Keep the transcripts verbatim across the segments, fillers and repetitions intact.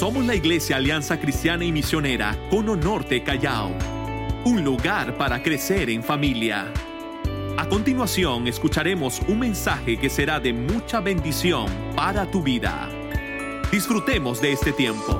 Somos la Iglesia Alianza Cristiana y Misionera Cono Norte Callao, un lugar para crecer en familia. A continuación escucharemos un mensaje que será de mucha bendición para tu vida. Disfrutemos de este tiempo.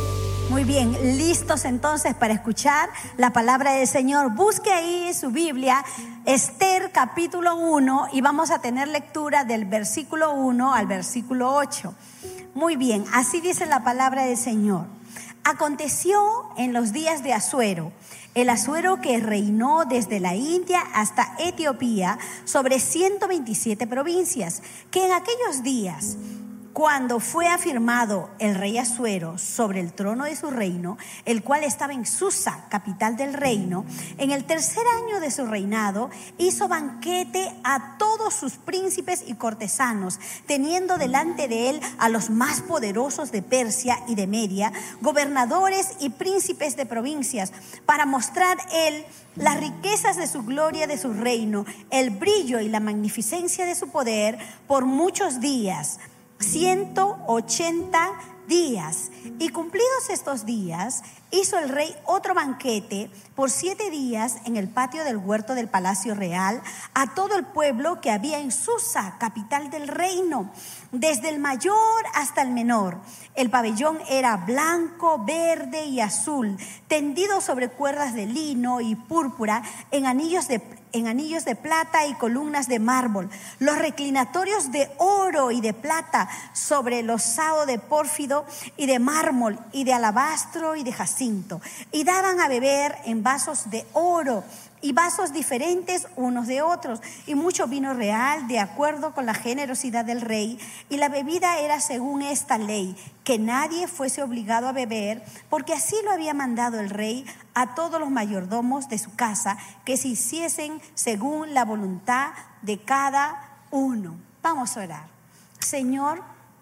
Muy bien, listos entonces para escuchar la palabra del Señor. Busque ahí su Biblia, Esther capítulo uno, y vamos a tener lectura del versículo uno al versículo ocho. Muy bien, así dice la palabra del Señor. Aconteció en los días de Asuero, el Asuero que reinó desde la India hasta Etiopía sobre ciento veintisiete provincias, que en aquellos días, cuando fue afirmado el rey Asuero sobre el trono de su reino, el cual estaba en Susa, capital del reino, en el tercer año de su reinado, hizo banquete a todos sus príncipes y cortesanos, teniendo delante de él a los más poderosos de Persia y de Media, gobernadores y príncipes de provincias, para mostrar él las riquezas de su gloria, de su reino, el brillo y la magnificencia de su poder por muchos días. ciento ochenta días. Y cumplidos estos días, hizo el rey otro banquete por siete días en el patio del huerto del palacio real a todo el pueblo que había en Susa, capital del reino, desde el mayor hasta el menor. El pabellón era blanco, verde y azul, tendido sobre cuerdas de lino y púrpura en anillos de en anillos de plata y columnas de mármol, los reclinatorios de oro y de plata sobre losado de pórfido y de mármol y de alabastro y de jacinto, y daban a beber en vasos de oro y vasos diferentes unos de otros, y mucho vino real de acuerdo con la generosidad del rey. Y la bebida era según esta ley, que nadie fuese obligado a beber, porque así lo había mandado el rey a todos los mayordomos de su casa, que se hiciesen según la voluntad de cada uno. Vamos a orar. Señor,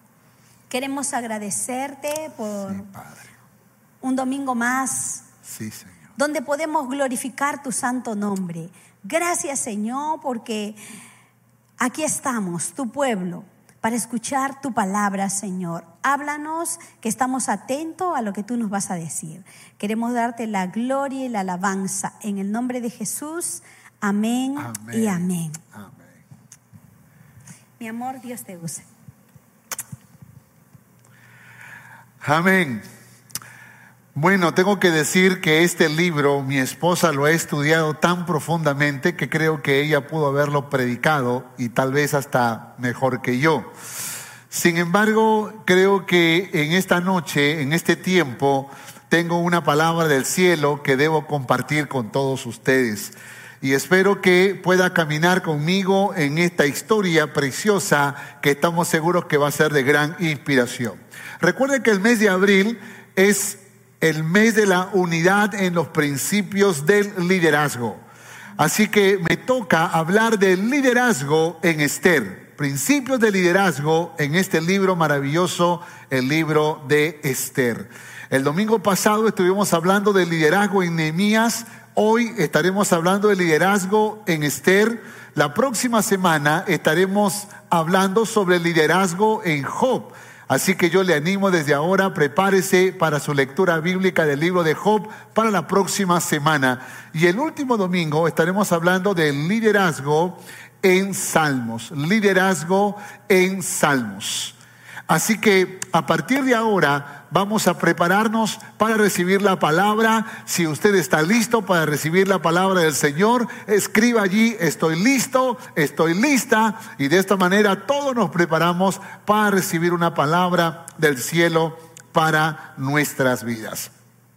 queremos agradecerte por sí, un domingo más. Sí, Señor. Donde podemos glorificar tu santo nombre. Gracias, Señor, porque aquí estamos, tu pueblo, para escuchar tu palabra, Señor. Háblanos, que estamos atentos a lo que tú nos vas a decir. Queremos darte la gloria y la alabanza. En el nombre de Jesús, amén, amén. y amén. Amén. Mi amor, Dios te use. Amén. Bueno, tengo que decir que este libro, mi esposa lo ha estudiado tan profundamente que creo que ella pudo haberlo predicado y tal vez hasta mejor que yo. Sin embargo, creo que en esta noche, en este tiempo, tengo una palabra del cielo que debo compartir con todos ustedes. Y espero que pueda caminar conmigo en esta historia preciosa que estamos seguros que va a ser de gran inspiración. Recuerden que el mes de abril es el mes de la unidad en los principios del liderazgo. Así que me toca hablar del liderazgo en Esther. Principios de liderazgo en este libro maravilloso, el libro de Esther. El domingo pasado estuvimos hablando del liderazgo en Nehemías. Hoy estaremos hablando del liderazgo en Esther. La próxima semana estaremos hablando sobre el liderazgo en Job. Así que yo le animo desde ahora, prepárese para su lectura bíblica del libro de Job para la próxima semana. Y el último domingo estaremos hablando del liderazgo en Salmos, liderazgo en Salmos. Así que a partir de ahora vamos a prepararnos para recibir la palabra. Si usted está listo para recibir la palabra del Señor, escriba allí: estoy listo, estoy lista. Y de esta manera todos nos preparamos para recibir una palabra del cielo para nuestras vidas.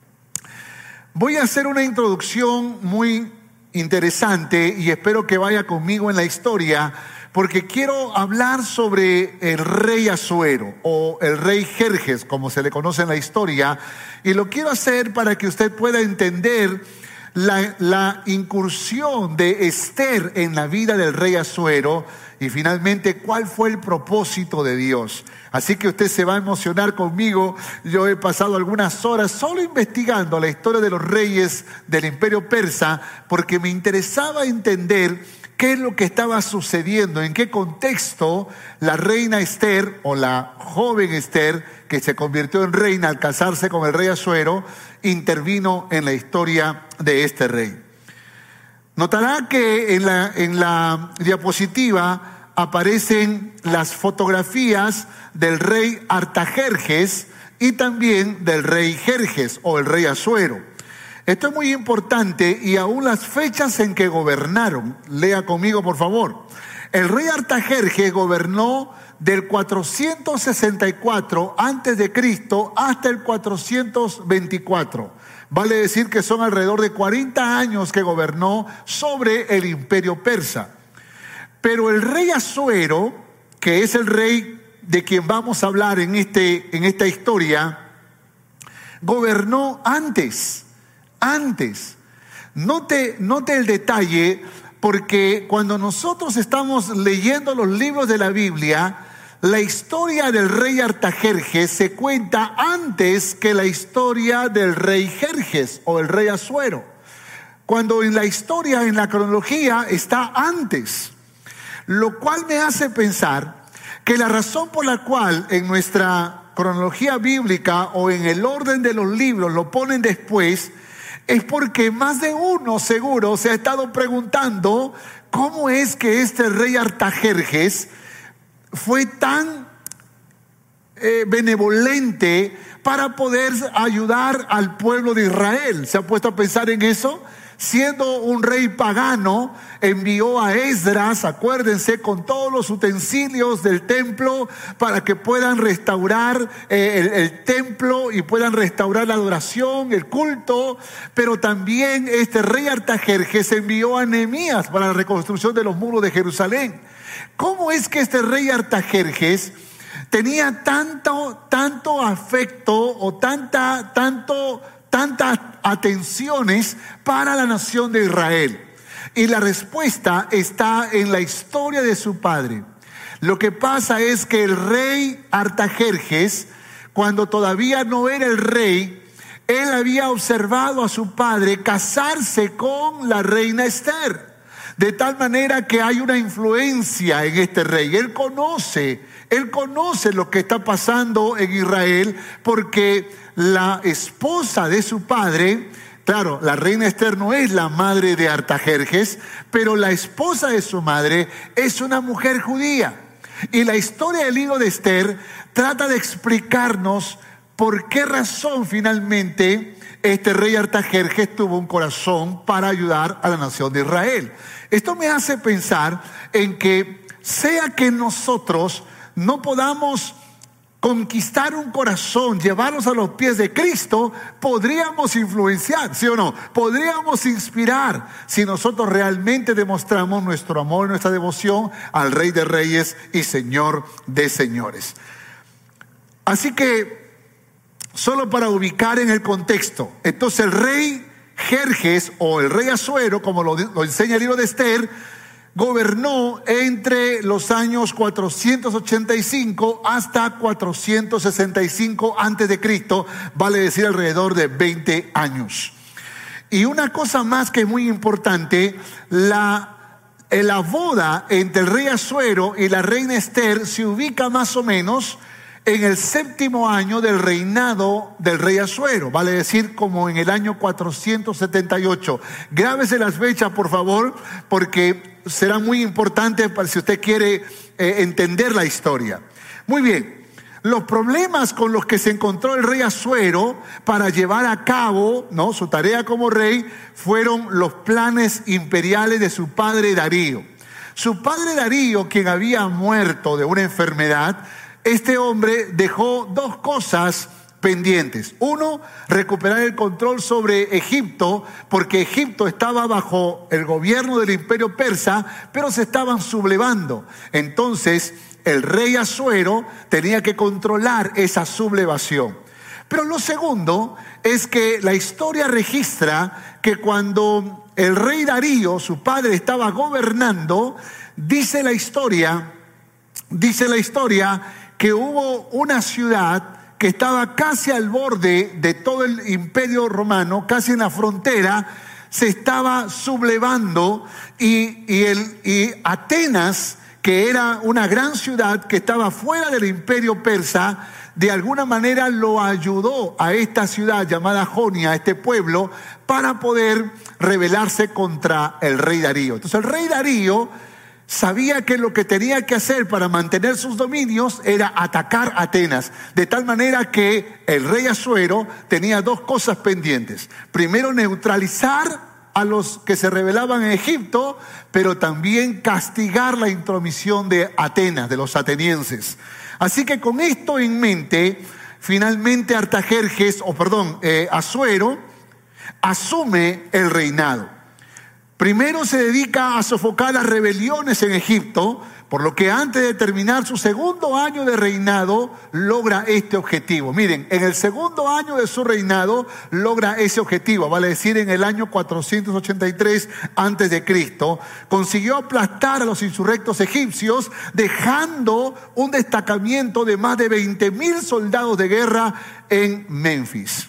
Voy a hacer una introducción muy interesante y espero que vaya conmigo en la historia, porque quiero hablar sobre el rey Asuero o el rey Jerjes, como se le conoce en la historia, y lo quiero hacer para que usted pueda entender la, la incursión de Esther en la vida del rey Asuero y finalmente cuál fue el propósito de Dios. Así que usted se va a emocionar conmigo. Yo he pasado algunas horas solo investigando la historia de los reyes del imperio persa porque me interesaba entender qué es lo que estaba sucediendo, en qué contexto la reina Esther o la joven Esther que se convirtió en reina al casarse con el rey Asuero, intervino en la historia de este rey. Notará que en la, en la diapositiva aparecen las fotografías del rey Artajerjes y también del rey Jerjes o el rey Asuero. Esto es muy importante y aún las fechas en que gobernaron. Lea conmigo, por favor. El rey Artajerjes gobernó del cuatrocientos sesenta y cuatro antes de Cristo hasta el cuatrocientos veinticuatro. Vale decir que son alrededor de cuarenta años que gobernó sobre el imperio persa. Pero el rey Asuero, que es el rey de quien vamos a hablar en, este, en esta historia, gobernó antes, antes. Note, note el detalle, porque cuando nosotros estamos leyendo los libros de la Biblia, la historia del rey Artajerjes se cuenta antes que la historia del rey Jerjes o el rey Asuero. Cuando en la historia, en la cronología, está antes. Lo cual me hace pensar que la razón por la cual en nuestra cronología bíblica o en el orden de los libros lo ponen después es porque más de uno seguro se ha estado preguntando cómo es que este rey Artajerjes fue tan eh, benevolente para poder ayudar al pueblo de Israel. ¿Se ha puesto a pensar en eso? Siendo un rey pagano, envió a Esdras, acuérdense, con todos los utensilios del templo para que puedan restaurar eh, el, el templo y puedan restaurar la adoración, el culto. Pero también este rey Artajerjes envió a Nehemías para la reconstrucción de los muros de Jerusalén. ¿Cómo es que este rey Artajerjes tenía tanto, tanto afecto o tanta, tanto, tantas atenciones para la nación de Israel? Y la respuesta está en la historia de su padre. Lo que pasa es que el rey Artajerjes, cuando todavía no era el rey, él había observado a su padre casarse con la reina Esther. De tal manera que hay una influencia en este rey. Él conoce, él conoce lo que está pasando en Israel, porque la esposa de su padre, claro, la reina Esther no es la madre de Artajerjes, pero la esposa de su madre es una mujer judía. Y la historia del libro de Esther trata de explicarnos por qué razón finalmente este rey Artajerjes tuvo un corazón para ayudar a la nación de Israel. Esto me hace pensar en que sea que nosotros no podamos conquistar un corazón, llevarnos a los pies de Cristo, podríamos influenciar, ¿sí o no? Podríamos inspirar si nosotros realmente demostramos nuestro amor y nuestra devoción al Rey de Reyes y Señor de Señores. Así que, solo para ubicar en el contexto, entonces el rey Jerjes o el rey Asuero, como lo, lo enseña el libro de Esther, gobernó entre los años cuatrocientos ochenta y cinco hasta cuatrocientos sesenta y cinco antes de Cristo, vale decir alrededor de veinte años. Y una cosa más que es muy importante, la, la boda entre el rey Asuero y la reina Esther se ubica más o menos en el séptimo año del reinado del rey Asuero, vale decir como en el año cuatrocientos setenta y ocho. Grábese las fechas, por favor, porque será muy importante para si usted quiere eh, entender la historia. Muy bien, los problemas con los que se encontró el rey Asuero para llevar a cabo, ¿no?, su tarea como rey fueron los planes imperiales de su padre Darío. Su padre Darío, quien había muerto de una enfermedad, este hombre dejó dos cosas pendientes. Uno, recuperar el control sobre Egipto, porque Egipto estaba bajo el gobierno del imperio persa, pero se estaban sublevando. Entonces, el rey Asuero tenía que controlar esa sublevación. Pero lo segundo es que la historia registra que cuando el rey Darío, su padre, estaba gobernando, dice la historia, dice la historia que hubo una ciudad que estaba casi al borde de todo el imperio romano, casi en la frontera, se estaba sublevando y, y, el, y Atenas, que era una gran ciudad que estaba fuera del imperio persa, de alguna manera lo ayudó a esta ciudad llamada Jonia, a este pueblo, para poder rebelarse contra el rey Darío. Entonces el rey Darío sabía que lo que tenía que hacer para mantener sus dominios era atacar Atenas, de tal manera que el rey Asuero tenía dos cosas pendientes. Primero, neutralizar a los que se rebelaban en Egipto, pero también castigar la intromisión de Atenas, de los atenienses. Así que con esto en mente, finalmente Artajerjes, o perdón, eh, Asuero, asume el reinado. Primero se dedica a sofocar las rebeliones en Egipto, por lo que antes de terminar su segundo año de reinado, logra este objetivo. Miren, en el segundo año de su reinado, logra ese objetivo, vale decir, en el año cuatrocientos ochenta y tres antes de Cristo, consiguió aplastar a los insurrectos egipcios, dejando un destacamento de más de veinte mil soldados de guerra en Memphis.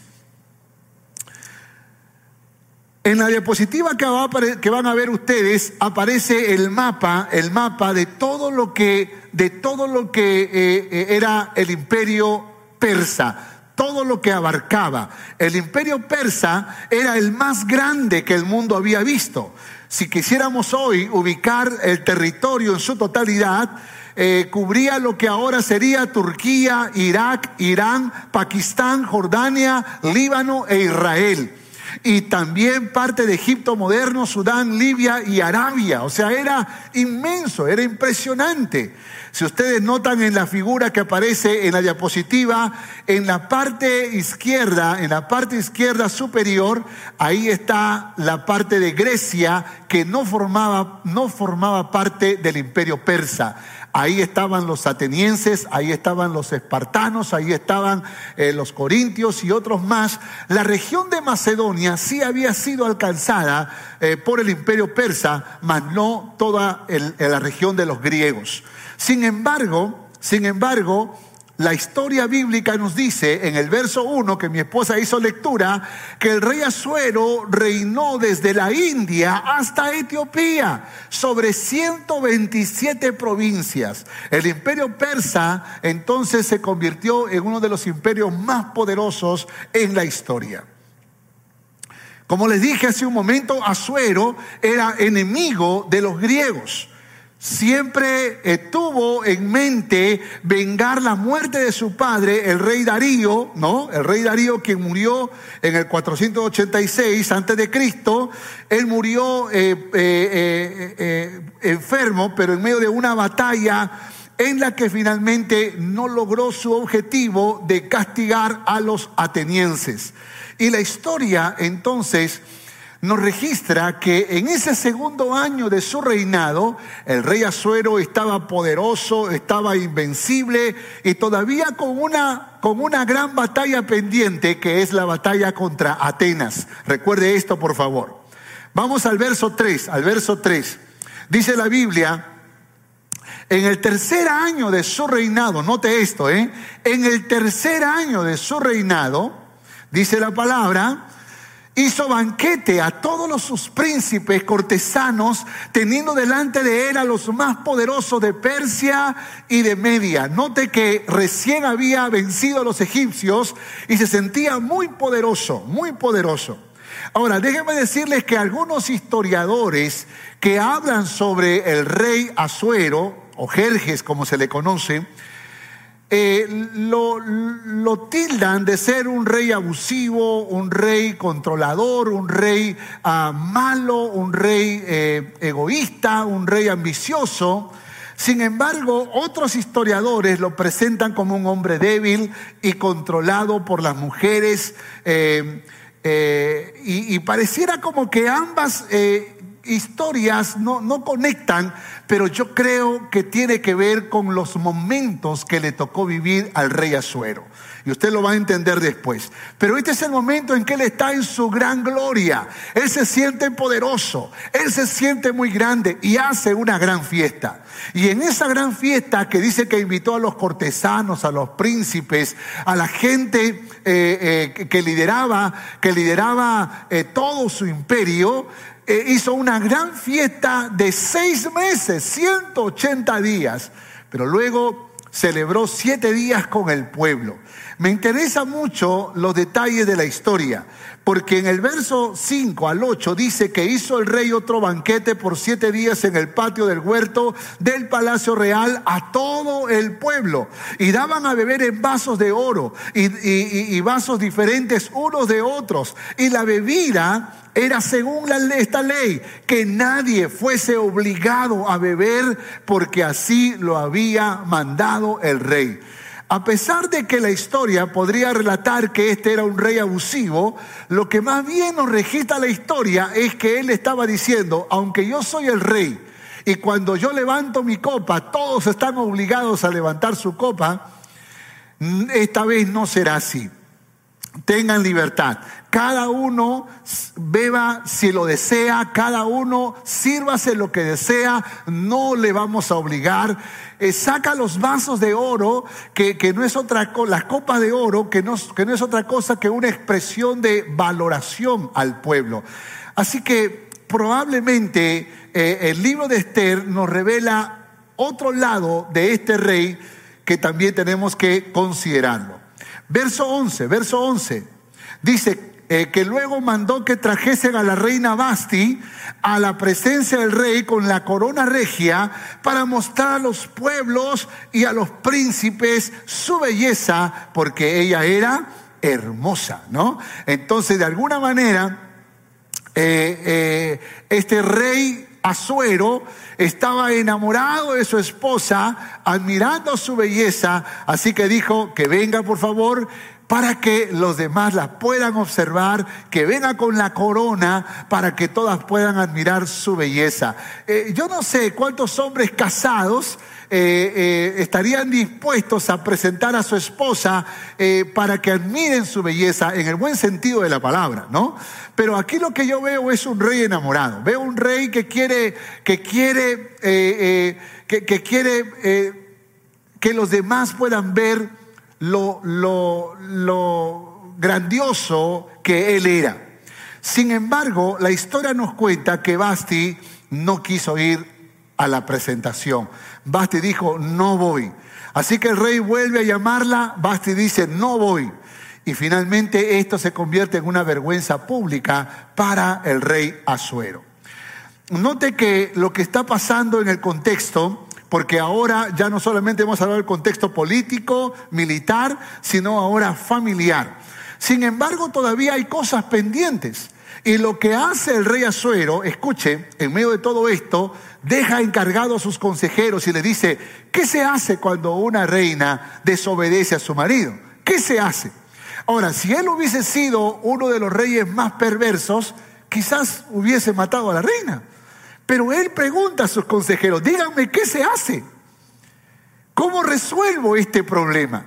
En la diapositiva que, va a que van a ver ustedes aparece el mapa, el mapa de todo lo que, de todo lo que eh, era el imperio persa, todo lo que abarcaba. El imperio persa era el más grande que el mundo había visto. Si quisiéramos hoy ubicar el territorio en su totalidad, eh, cubría lo que ahora sería Turquía, Irak, Irán, Pakistán, Jordania, Líbano e Israel. Y también parte de Egipto moderno, Sudán, Libia y Arabia. O sea, era inmenso, era impresionante. Si ustedes notan en la figura que aparece en la diapositiva, en la parte izquierda, en la parte izquierda superior, ahí está la parte de Grecia que no formaba, no formaba parte del imperio persa. Ahí estaban los atenienses, ahí estaban los espartanos, ahí estaban eh, los corintios y otros más. La región de Macedonia sí había sido alcanzada eh, por el imperio persa, mas no toda el, la región de los griegos. Sin embargo, sin embargo, la historia bíblica nos dice en el verso uno, que mi esposa hizo lectura, que el rey Asuero reinó desde la India hasta Etiopía sobre ciento veintisiete provincias. El imperio persa entonces se convirtió en uno de los imperios más poderosos en la historia. Como les dije hace un momento, Asuero era enemigo de los griegos. Siempre eh, tuvo en mente vengar la muerte de su padre, el rey Darío, ¿no? El rey Darío, que murió en el cuatrocientos ochenta y seis antes de Cristo. Él murió eh, eh, eh, eh, enfermo, pero en medio de una batalla en la que finalmente no logró su objetivo de castigar a los atenienses. Y la historia entonces nos registra que en ese segundo año de su reinado, el rey Asuero estaba poderoso, estaba invencible y todavía con una, con una gran batalla pendiente, que es la batalla contra Atenas. Recuerde esto, por favor. Vamos al verso tres, al verso tres. Dice la Biblia: en el tercer año de su reinado, note esto, ¿eh? En el tercer año de su reinado, dice la palabra, hizo banquete a todos sus príncipes cortesanos, teniendo delante de él a los más poderosos de Persia y de Media. Note que recién había vencido a los egipcios y se sentía muy poderoso, muy poderoso. Ahora, déjenme decirles que algunos historiadores que hablan sobre el rey Asuero, o Jerjes como se le conoce, Eh, lo, lo tildan de ser un rey abusivo, un rey controlador, un rey uh, malo, un rey eh, egoísta, un rey ambicioso. Sin embargo, otros historiadores lo presentan como un hombre débil y controlado por las mujeres, eh, eh, y, y pareciera como que ambas eh, historias no, no conectan, pero yo creo que tiene que ver con los momentos que le tocó vivir al rey Asuero. Y usted lo va a entender después. Pero este es el momento en que él está en su gran gloria. Él se siente poderoso, él se siente muy grande y hace una gran fiesta. Y en esa gran fiesta, que dice que invitó a los cortesanos, a los príncipes, a la gente eh, eh, que lideraba, que lideraba eh, todo su imperio, Eh, hizo una gran fiesta de seis meses, ciento ochenta días. Pero luego celebró siete días con el pueblo. Me interesa mucho los detalles de la historia, porque en el verso cinco al ocho dice que hizo el rey otro banquete por siete días en el patio del huerto del palacio real a todo el pueblo, y daban a beber en vasos de oro y, y, y vasos diferentes unos de otros, y la bebida era según la, esta ley, que nadie fuese obligado a beber, porque así lo había mandado el rey. A pesar de que la historia podría relatar que este era un rey abusivo, lo que más bien nos registra la historia es que él estaba diciendo: aunque yo soy el rey y cuando yo levanto mi copa todos están obligados a levantar su copa, esta vez no será así. Tengan libertad, cada uno beba si lo desea, cada uno sírvase lo que desea, no le vamos a obligar. Eh, saca los vasos de oro, que, que no es otra cosa, las copas de oro, que no, que no es otra cosa que una expresión de valoración al pueblo. Así que probablemente eh, el libro de Esther nos revela otro lado de este rey que también tenemos que considerarlo. Verso once, verso once, dice eh, que luego mandó que trajesen a la reina Vasti a la presencia del rey con la corona regia, para mostrar a los pueblos y a los príncipes su belleza, porque ella era hermosa, ¿no? Entonces, de alguna manera, eh, eh, este rey Asuero estaba enamorado de su esposa, admirando su belleza, así que dijo que venga por favor para que los demás la puedan observar, que venga con la corona para que todas puedan admirar su belleza. Eh, yo no sé cuántos hombres casados eh, eh, estarían dispuestos a presentar a su esposa eh, para que admiren su belleza en el buen sentido de la palabra, ¿no? Pero aquí lo que yo veo es un rey enamorado. Veo un rey que quiere, que quiere, eh, eh, que, que quiere eh, que los demás puedan ver lo, lo, lo grandioso que él era. Sin embargo, la historia nos cuenta que Vasti no quiso ir a la presentación. Vasti dijo: no voy. Así que el rey vuelve a llamarla. Vasti dice: no voy. Y finalmente esto se convierte en una vergüenza pública para el rey Asuero. Note que lo que está pasando en el contexto, porque ahora ya no solamente hemos hablado del contexto político, militar, sino ahora familiar. Sin embargo, todavía hay cosas pendientes. Y lo que hace el rey Asuero, escuche, en medio de todo esto, deja encargado a sus consejeros y le dice: ¿qué se hace cuando una reina desobedece a su marido? ¿Qué se hace? Ahora, si él hubiese sido uno de los reyes más perversos, quizás hubiese matado a la reina. Pero él pregunta a sus consejeros: díganme, ¿qué se hace? ¿Cómo resuelvo este problema?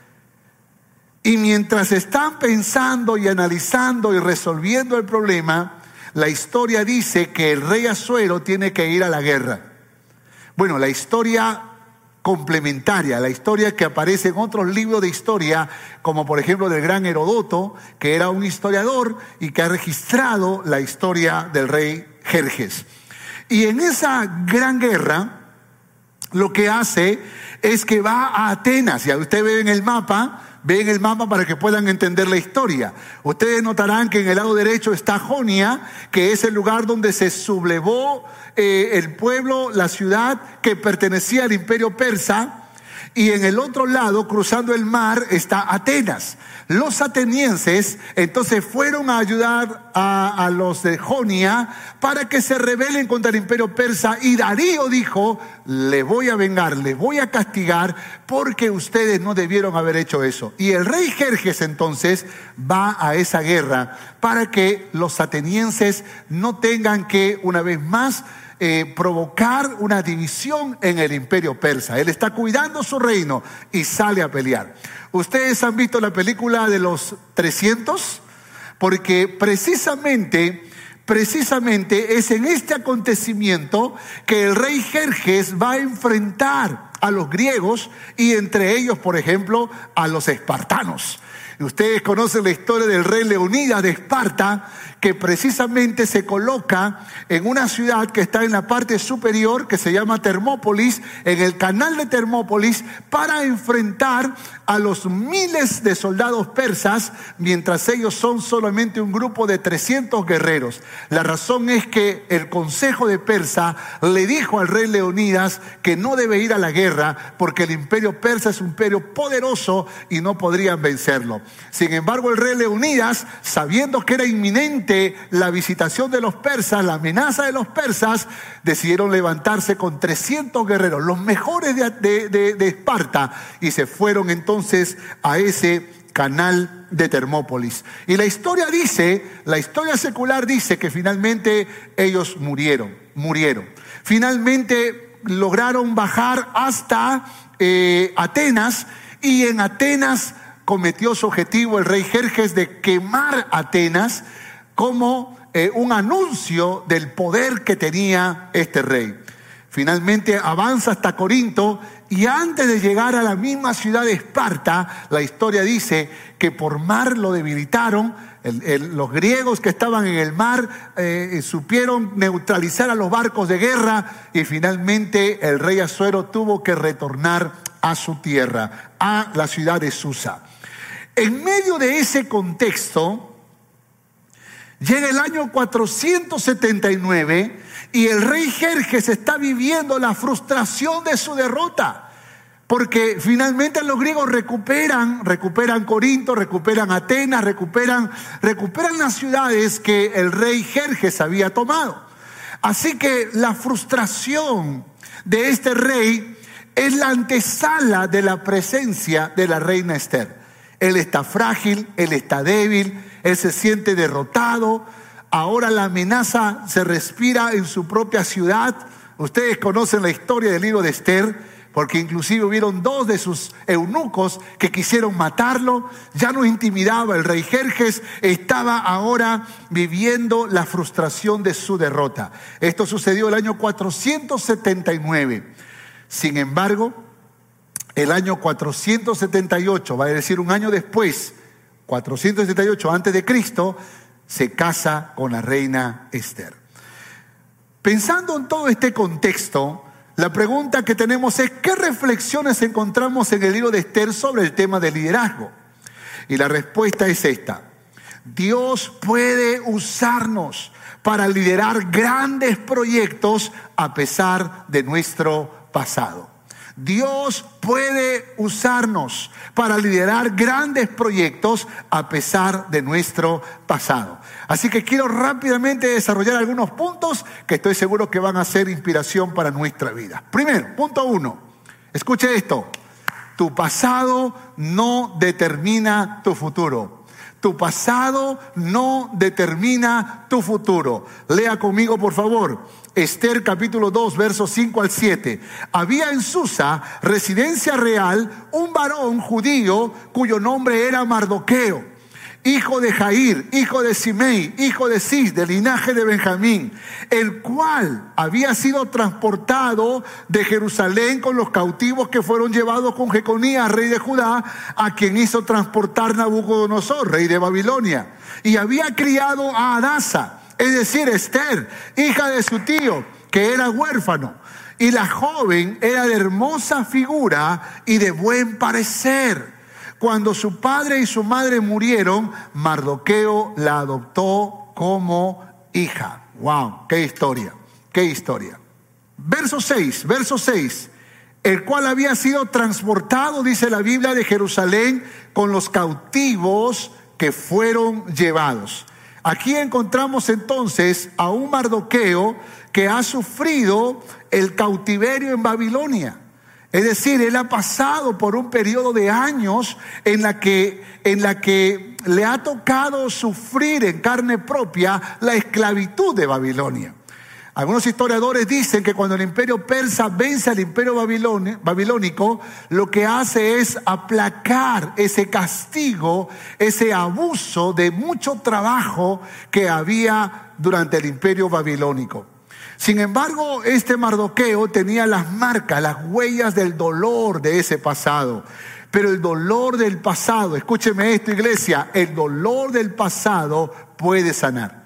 Y mientras están pensando y analizando y resolviendo el problema, la historia dice que el rey Asuero tiene que ir a la guerra. Bueno, la historia complementaria, la historia que aparece en otros libros de historia, como por ejemplo del gran Herodoto, que era un historiador y que ha registrado la historia del rey Jerjes. Y en esa gran guerra, lo que hace es que va a Atenas. Ya usted ve en el mapa, ve en el mapa para que puedan entender la historia. Ustedes notarán que en el lado derecho está Jonia, que es el lugar donde se sublevó eh, el pueblo, la ciudad que pertenecía al imperio persa. Y en el otro lado, cruzando el mar, está Atenas. Los atenienses entonces fueron a ayudar a, a los de Jonia para que se rebelen contra el imperio persa. Y Darío dijo: le voy a vengar, le voy a castigar, porque ustedes no debieron haber hecho eso. Y el rey Jerjes entonces va a esa guerra para que los atenienses no tengan que, una vez más, Eh, provocar una división en el imperio persa. Él está cuidando su reino y sale a pelear. Ustedes han visto la película de los trescientos, porque precisamente precisamente es en este acontecimiento que el rey Jerjes va a enfrentar a los griegos, y entre ellos, por ejemplo, a los espartanos. Ustedes conocen la historia del rey Leonidas de Esparta, que precisamente se coloca en una ciudad que está en la parte superior, que se llama Termópolis, en el canal de Termópolis, para enfrentar a los miles de soldados persas, mientras ellos son solamente un grupo de trescientos guerreros. La razón es que el consejo de Persa le dijo al rey Leonidas que no debe ir a la guerra porque el imperio persa es un imperio poderoso y no podrían vencerlo. Sin embargo, el rey Leonidas, sabiendo que era inminente la visitación de los persas, la amenaza de los persas, decidieron levantarse con trescientos guerreros, los mejores de, de, de, de Esparta, y se fueron entonces a ese canal de Termópolis. Y la historia dice, la historia secular dice que finalmente ellos murieron, murieron. Finalmente lograron bajar hasta eh, Atenas, y en Atenas cometió su objetivo el rey Jerjes de quemar Atenas como eh, un anuncio del poder que tenía este rey. Finalmente avanza hasta Corinto, y antes de llegar a la misma ciudad de Esparta, la historia dice que por mar lo debilitaron. El, el, los griegos que estaban en el mar eh, supieron neutralizar a los barcos de guerra, y finalmente el rey Asuero tuvo que retornar a su tierra, a la ciudad de Susa. En medio de ese contexto, llega el año cuatrocientos setenta y nueve y el rey Jerjes está viviendo la frustración de su derrota, porque finalmente los griegos recuperan, recuperan Corinto, recuperan Atenas, recuperan, recuperan las ciudades que el rey Jerjes había tomado. Así que la frustración de este rey es la antesala de la presencia de la reina Esther. Él está frágil, él está débil, él se siente derrotado. Ahora la amenaza se respira en su propia ciudad. Ustedes conocen la historia del libro de Esther, porque inclusive hubieron dos de sus eunucos que quisieron matarlo. Ya no intimidaba el rey Jerjes, estaba ahora viviendo la frustración de su derrota. Esto sucedió el año cuatrocientos setenta y nueve. Sin embargo, el año cuatrocientos setenta y ocho, va a decir un año después, cuatrocientos setenta y ocho antes de Cristo, se casa con la reina Esther. Pensando en todo este contexto, la pregunta que tenemos es: ¿qué reflexiones encontramos en el libro de Esther sobre el tema del liderazgo? Y la respuesta es esta: Dios puede usarnos para liderar grandes proyectos a pesar de nuestro pasado. Dios puede usarnos para liderar grandes proyectos a pesar de nuestro pasado. Así que quiero rápidamente desarrollar algunos puntos que estoy seguro que van a ser inspiración para nuestra vida. Primero, punto uno. Escuche esto: tu pasado no determina tu futuro. Tu pasado no determina tu futuro. Lea conmigo, por favor. Esther capítulo dos, versos cinco al siete. Había en Susa, residencia real, un varón judío cuyo nombre era Mardoqueo, hijo de Jair, hijo de Simei, hijo de Cis, del linaje de Benjamín, el cual había sido transportado de Jerusalén con los cautivos que fueron llevados con Jeconías, rey de Judá, a quien hizo transportar Nabucodonosor, rey de Babilonia, y había criado a Hadasa, es decir, Esther, hija de su tío, que era huérfano. Y la joven era de hermosa figura y de buen parecer. Cuando su padre y su madre murieron, Mardoqueo la adoptó como hija. ¡Wow! ¡Qué historia! ¡Qué historia! Verso seis, verso seis. El cual había sido transportado, dice la Biblia, de Jerusalén con los cautivos que fueron llevados. Aquí encontramos entonces a un Mardoqueo que ha sufrido el cautiverio en Babilonia. Es decir, él ha pasado por un periodo de años en la que, en la que le ha tocado sufrir en carne propia la esclavitud de Babilonia. Algunos historiadores dicen que cuando el imperio persa vence al imperio babilónico, lo que hace es aplacar ese castigo, ese abuso de mucho trabajo que había durante el imperio babilónico. Sin embargo, este Mardoqueo tenía las marcas, las huellas del dolor de ese pasado. Pero el dolor del pasado, escúcheme esto, iglesia, el dolor del pasado puede sanar.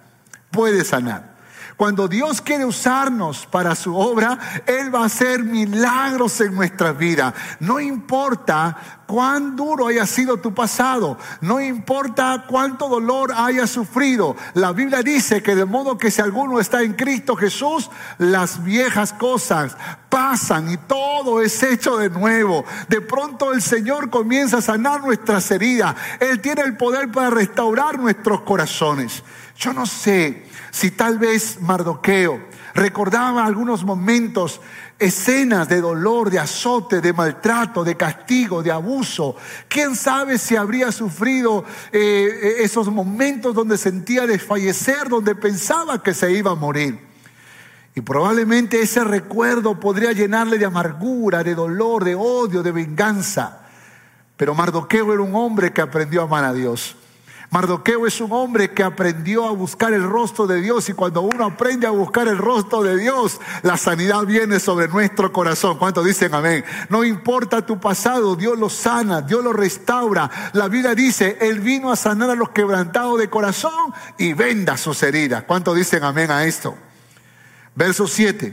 puede sanar. Cuando Dios quiere usarnos para su obra, Él va a hacer milagros en nuestras vidas. No importa cuán duro haya sido tu pasado, no importa cuánto dolor hayas sufrido. La Biblia dice que de modo que si alguno está en Cristo Jesús, las viejas cosas pasan y todo es hecho de nuevo. De pronto el Señor comienza a sanar nuestras heridas. Él tiene el poder para restaurar nuestros corazones. Yo no sé si tal vez Mardoqueo recordaba algunos momentos, escenas de dolor, de azote, de maltrato, de castigo, de abuso. ¿Quién sabe si habría sufrido eh, esos momentos donde sentía desfallecer, donde pensaba que se iba a morir? Y probablemente ese recuerdo podría llenarle de amargura, de dolor, de odio, de venganza. Pero Mardoqueo era un hombre que aprendió a amar a Dios. Mardoqueo es un hombre que aprendió a buscar el rostro de Dios, y cuando uno aprende a buscar el rostro de Dios, la sanidad viene sobre nuestro corazón. ¿Cuántos dicen amén? No importa tu pasado, Dios lo sana, Dios lo restaura. La Biblia dice, Él vino a sanar a los quebrantados de corazón y venda sus heridas. ¿Cuántos dicen amén a esto? Verso siete.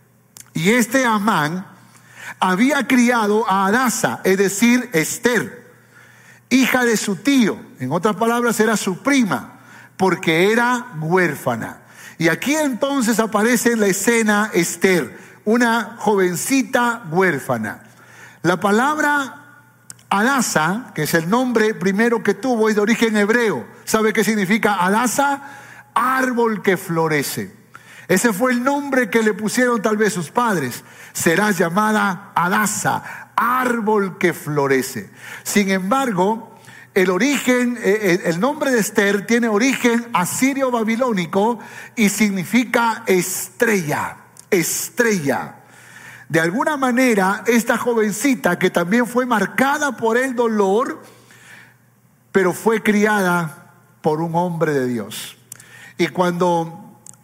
Y este Amán había criado a Hadasa, es decir, Esther, hija de su tío. En otras palabras, era su prima, porque era huérfana. Y aquí entonces aparece en la escena Esther, una jovencita huérfana. La palabra Hadasa, que es el nombre primero que tuvo, es de origen hebreo. ¿Sabe qué significa Hadasa? Árbol que florece. Ese fue el nombre que le pusieron tal vez sus padres. Será llamada Hadasa, árbol que florece. Sin embargo, el origen, el nombre de Esther tiene origen asirio-babilónico y significa estrella, estrella. De alguna manera, esta jovencita, que también fue marcada por el dolor, pero fue criada por un hombre de Dios. Y cuando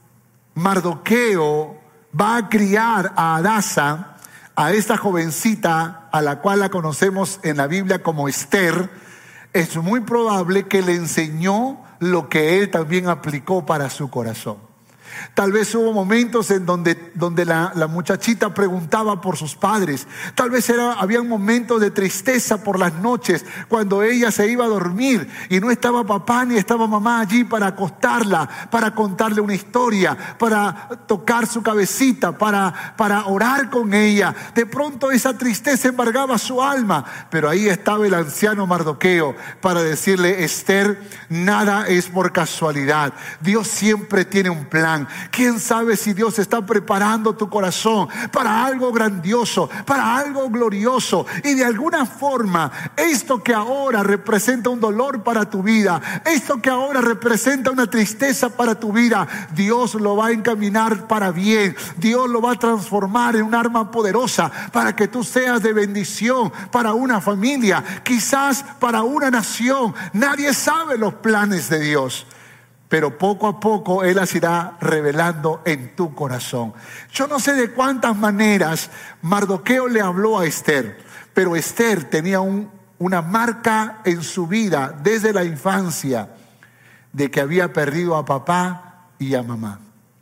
Mardoqueo va a criar a Hadasa, a esta jovencita a la cual la conocemos en la Biblia como Esther, es muy probable que le enseñó lo que él también aplicó para su corazón. Tal vez hubo momentos en donde, donde la, la muchachita preguntaba por sus padres. Tal vez era, había momentos de tristeza por las noches, cuando ella se iba a dormir y no estaba papá ni estaba mamá allí para acostarla, para contarle una historia, para tocar su cabecita, para, para orar con ella. De pronto esa tristeza embargaba su alma, pero ahí estaba el anciano Mardoqueo para decirle: Esther, nada es por casualidad. Dios siempre tiene un plan. ¿Quién sabe si Dios está preparando tu corazón para algo grandioso, para algo glorioso? Y de alguna forma, esto que ahora representa un dolor para tu vida, esto que ahora representa una tristeza para tu vida, Dios lo va a encaminar para bien. Dios lo va a transformar en un arma poderosa para que tú seas de bendición para una familia, quizás para una nación. Nadie sabe los planes de Dios, pero poco a poco Él las irá revelando en tu corazón. Yo no sé de cuántas maneras Mardoqueo le habló a Esther, pero Esther tenía un, una marca en su vida desde la infancia de que había perdido a papá y a mamá.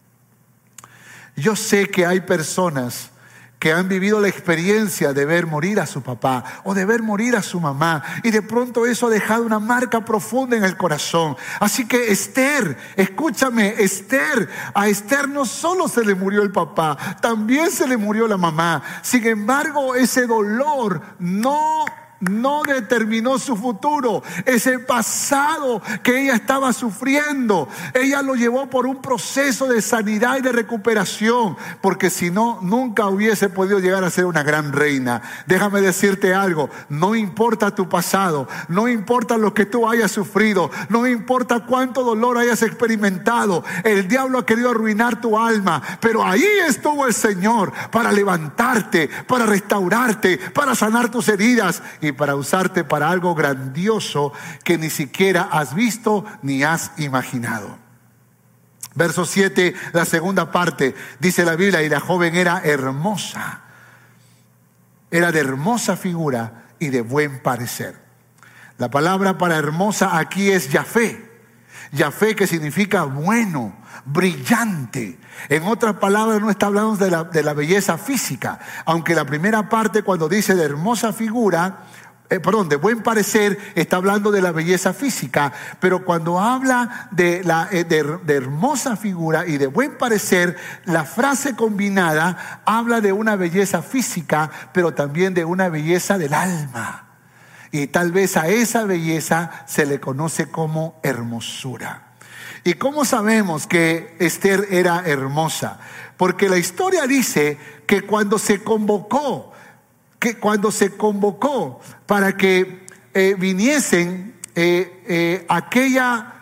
Yo sé que hay personas que han vivido la experiencia de ver morir a su papá o de ver morir a su mamá, y de pronto eso ha dejado una marca profunda en el corazón. Así que Esther, escúchame, Esther, a Esther no solo se le murió el papá, también se le murió la mamá. Sin embargo, ese dolor no no determinó su futuro. Ese pasado que ella estaba sufriendo, ella lo llevó por un proceso de sanidad y de recuperación, porque si no, nunca hubiese podido llegar a ser una gran reina. Déjame decirte algo: no importa tu pasado, no importa lo que tú hayas sufrido, no importa cuánto dolor hayas experimentado, el diablo ha querido arruinar tu alma, pero ahí estuvo el Señor para levantarte, para restaurarte, para sanar tus heridas y para usarte para algo grandioso que ni siquiera has visto ni has imaginado. Verso siete, la segunda parte, dice la Biblia: y la joven era hermosa, era de hermosa figura y de buen parecer. La palabra para hermosa aquí es Yafé. Yafé, que significa bueno, brillante. En otras palabras, no está hablando de la, de la belleza física, aunque la primera parte, cuando dice de hermosa figura, eh, perdón, de buen parecer, está hablando de la belleza física, pero cuando habla de, la, eh, de, de hermosa figura y de buen parecer, la frase combinada habla de una belleza física, pero también de una belleza del alma. Y tal vez a esa belleza se le conoce como hermosura. ¿Y cómo sabemos que Esther era hermosa? Porque la historia dice que cuando se convocó, que cuando se convocó para que eh, viniesen eh, eh, aquella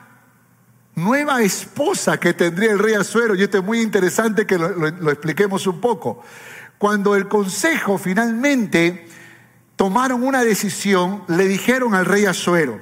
nueva esposa que tendría el rey Asuero, y esto es muy interesante que lo, lo, lo expliquemos un poco. Cuando el consejo finalmente tomaron una decisión, le dijeron al rey Asuero,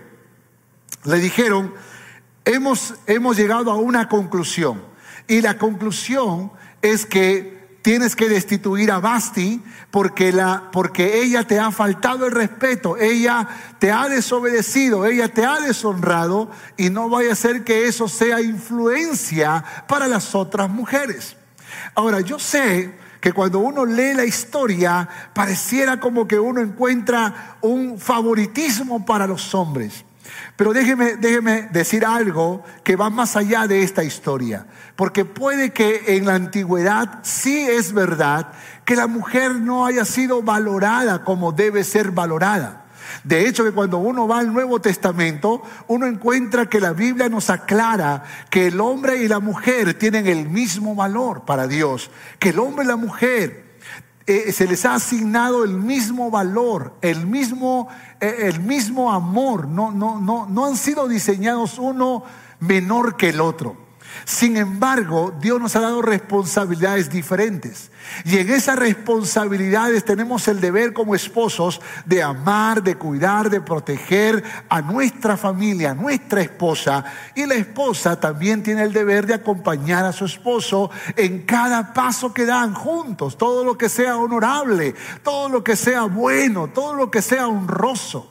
le dijeron, hemos, hemos llegado a una conclusión, y la conclusión es que tienes que destituir a Vasti porque, la, porque ella te ha faltado el respeto, ella te ha desobedecido, ella te ha deshonrado, y no vaya a ser que eso sea influencia para las otras mujeres. Ahora, yo sé que cuando uno lee la historia, pareciera como que uno encuentra un favoritismo para los hombres. Pero déjeme, déjeme decir algo que va más allá de esta historia. Porque puede que en la antigüedad sí es verdad que la mujer no haya sido valorada como debe ser valorada. De hecho, que cuando uno va al Nuevo Testamento, uno encuentra que la Biblia nos aclara que el hombre y la mujer tienen el mismo valor para Dios. Que el hombre y la mujer eh, se les ha asignado el mismo valor, el mismo, eh, el mismo amor. No, no, no, no han sido diseñados uno menor que el otro. Sin embargo, Dios nos ha dado responsabilidades diferentes. Y en esas responsabilidades tenemos el deber como esposos de amar, de cuidar, de proteger a nuestra familia, a nuestra esposa. Y la esposa también tiene el deber de acompañar a su esposo en cada paso que dan juntos. Todo lo que sea honorable, todo lo que sea bueno, todo lo que sea honroso.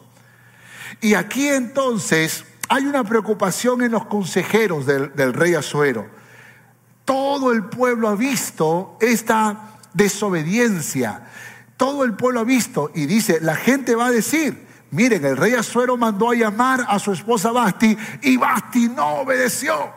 Y aquí entonces hay una preocupación en los consejeros del, del rey Asuero. Todo el pueblo ha visto esta desobediencia. Todo el pueblo ha visto y dice, la gente va a decir, miren, el rey Asuero mandó a llamar a su esposa Vasti y Vasti no obedeció.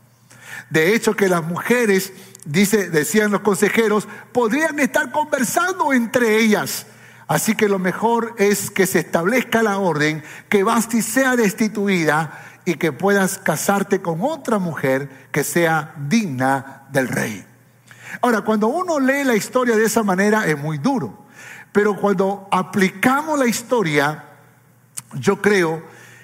De hecho, que las mujeres, dice, decían los consejeros, podrían estar conversando entre ellas. Así que lo mejor es que se establezca la orden, que Vasti sea destituida y que puedas casarte con otra mujer que sea digna del rey. Ahora, cuando uno lee la historia de esa manera es muy duro, pero cuando aplicamos la historia, yo creo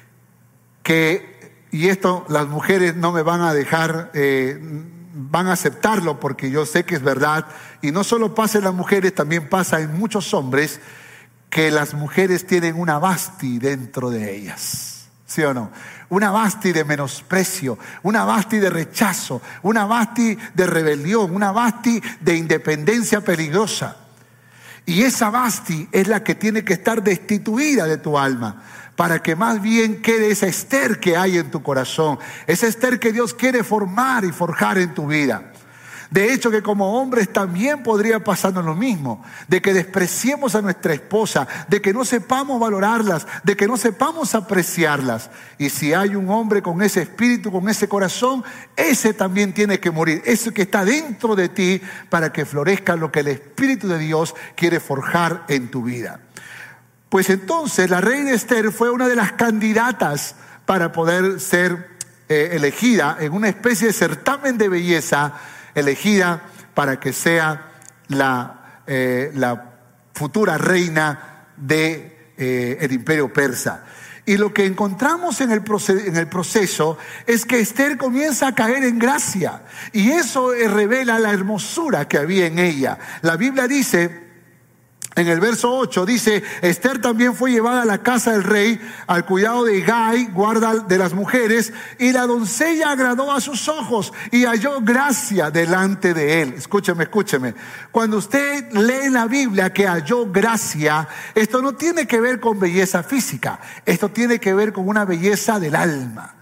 que, y esto las mujeres no me van a dejar, eh, van a aceptarlo porque yo sé que es verdad, y no solo pasa en las mujeres, también pasa en muchos hombres, que las mujeres tienen una Vasti dentro de ellas, ¿sí o no? Una Vasti de menosprecio, una Vasti de rechazo, una Vasti de rebelión, una Vasti de independencia peligrosa. Y esa Vasti es la que tiene que estar destituida de tu alma, para que más bien quede esa Esther que hay en tu corazón, esa Esther que Dios quiere formar y forjar en tu vida. De hecho, que como hombres también podría pasarnos lo mismo, de que despreciemos a nuestra esposa, de que no sepamos valorarlas, de que no sepamos apreciarlas. Y si hay un hombre con ese espíritu, con ese corazón, ese también tiene que morir, ese que está dentro de ti, para que florezca lo que el Espíritu de Dios quiere forjar en tu vida. Pues entonces la reina Esther fue una de las candidatas para poder ser eh, elegida en una especie de certamen de belleza, elegida para que sea la, eh, la futura reina del de, eh, imperio persa. Y lo que encontramos en el, proceso, en el proceso es que Esther comienza a caer en gracia, y eso revela la hermosura que había en ella. La Biblia dice, en el verso ocho, dice, Esther también fue llevada a la casa del rey al cuidado de Hegai, guarda de las mujeres, y la doncella agradó a sus ojos y halló gracia delante de él. Escúcheme, escúcheme. Cuando usted lee en la Biblia que halló gracia, esto no tiene que ver con belleza física, esto tiene que ver con una belleza del alma.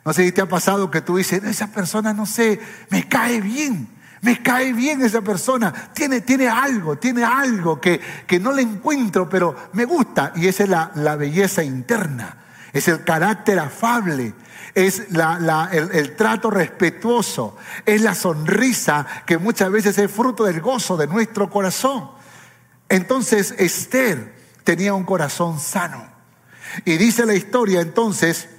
No sé si te ha pasado que tú dices, esa persona, no sé, me cae bien. Me cae bien esa persona, tiene, tiene algo, tiene algo que, que no le encuentro, pero me gusta. Y esa es la, la belleza interna, es el carácter afable, es la, la, el, el trato respetuoso, es la sonrisa que muchas veces es fruto del gozo de nuestro corazón. Entonces Esther tenía un corazón sano. Y dice la historia entonces,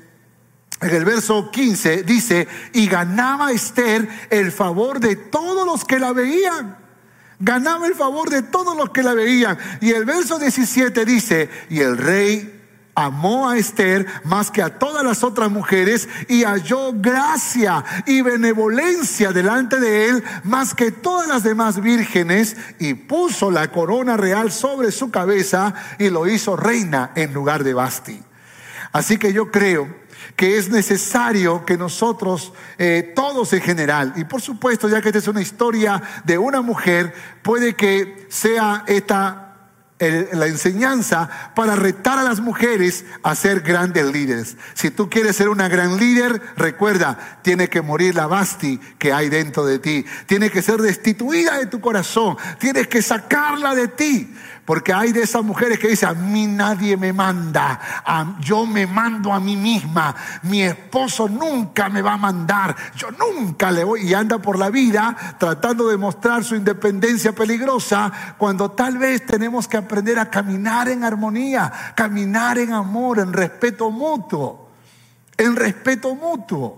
en el verso quince dice, y ganaba Esther el favor de todos los que la veían. Ganaba el favor de todos los que la veían. Y el verso diecisiete dice, y el rey amó a Esther más que a todas las otras mujeres y halló gracia y benevolencia delante de él más que todas las demás vírgenes, y puso la corona real sobre su cabeza y lo hizo reina en lugar de Vasti. Así que yo creo que es necesario que nosotros, eh, todos en general, y por supuesto, ya que esta es una historia de una mujer, puede que sea esta el, la enseñanza para retar a las mujeres a ser grandes líderes. Si tú quieres ser una gran líder, recuerda, tiene que morir la Vasti que hay dentro de ti. Tiene que ser destituida de tu corazón. Tienes que sacarla de ti. Porque hay de esas mujeres que dicen, a mí nadie me manda, a, yo me mando a mí misma, mi esposo nunca me va a mandar, yo nunca le voy, y anda por la vida tratando de mostrar su independencia peligrosa, cuando tal vez tenemos que aprender a caminar en armonía, caminar en amor, en respeto mutuo, en respeto mutuo.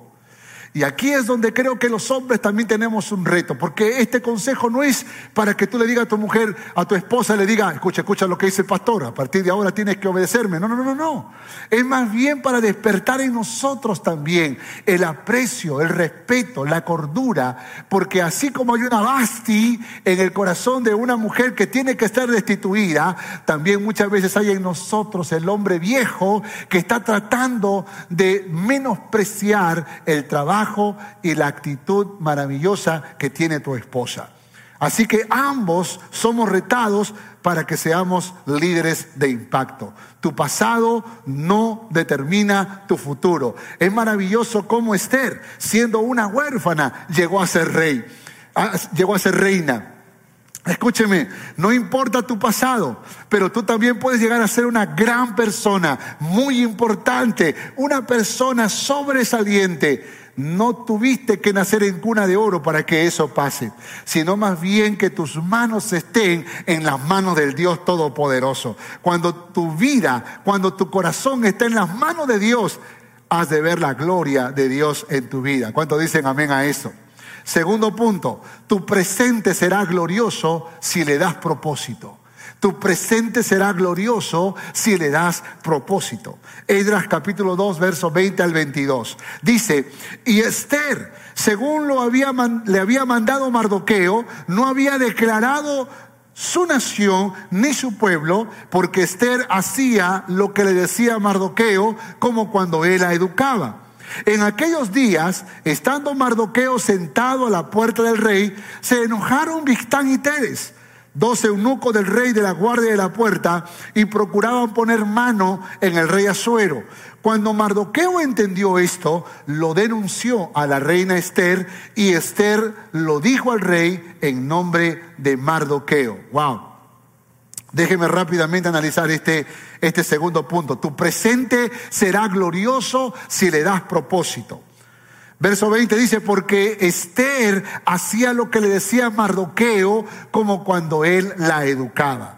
Y aquí es donde creo que los hombres también tenemos un reto, porque este consejo no es para que tú le digas a tu mujer, a tu esposa, le diga, escucha, escucha lo que dice el pastor, a partir de ahora tienes que obedecerme. No, no, no, no. Es más bien para despertar en nosotros también el aprecio, el respeto, la cordura, porque así como hay una Vasti en el corazón de una mujer que tiene que estar destituida, también muchas veces hay en nosotros el hombre viejo que está tratando de menospreciar el trabajo y la actitud maravillosa que tiene tu esposa. Así que ambos somos retados para que seamos líderes de impacto. Tu pasado no determina tu futuro. Es maravilloso cómo Esther, siendo una huérfana, llegó a ser rey, llegó a ser reina. Escúcheme, no importa tu pasado, pero tú también puedes llegar a ser una gran persona, muy importante, una persona sobresaliente. No tuviste que nacer en cuna de oro para que eso pase, sino más bien que tus manos estén en las manos del Dios Todopoderoso. Cuando tu vida, cuando tu corazón está en las manos de Dios, has de ver la gloria de Dios en tu vida. ¿Cuántos dicen amén a eso? Segundo punto, tu presente será glorioso si le das propósito. Tu presente será glorioso si le das propósito. Esdras capítulo dos, versos veinte al veintidós. Dice, y Esther, según lo había, le había mandado Mardoqueo, no había declarado su nación ni su pueblo, porque Esther hacía lo que le decía Mardoqueo, como cuando él la educaba. En aquellos días, estando Mardoqueo sentado a la puerta del rey, se enojaron Bigtán y Teres, dos eunucos del rey de la guardia de la puerta, y procuraban poner mano en el rey Asuero. Cuando Mardoqueo entendió esto, lo denunció a la reina Esther, y Esther lo dijo al rey en nombre de Mardoqueo. Wow. Déjeme rápidamente analizar este, este segundo punto. Tu presente será glorioso si le das propósito. Verso veinte dice, porque Esther hacía lo que le decía Mardoqueo, como cuando él la educaba.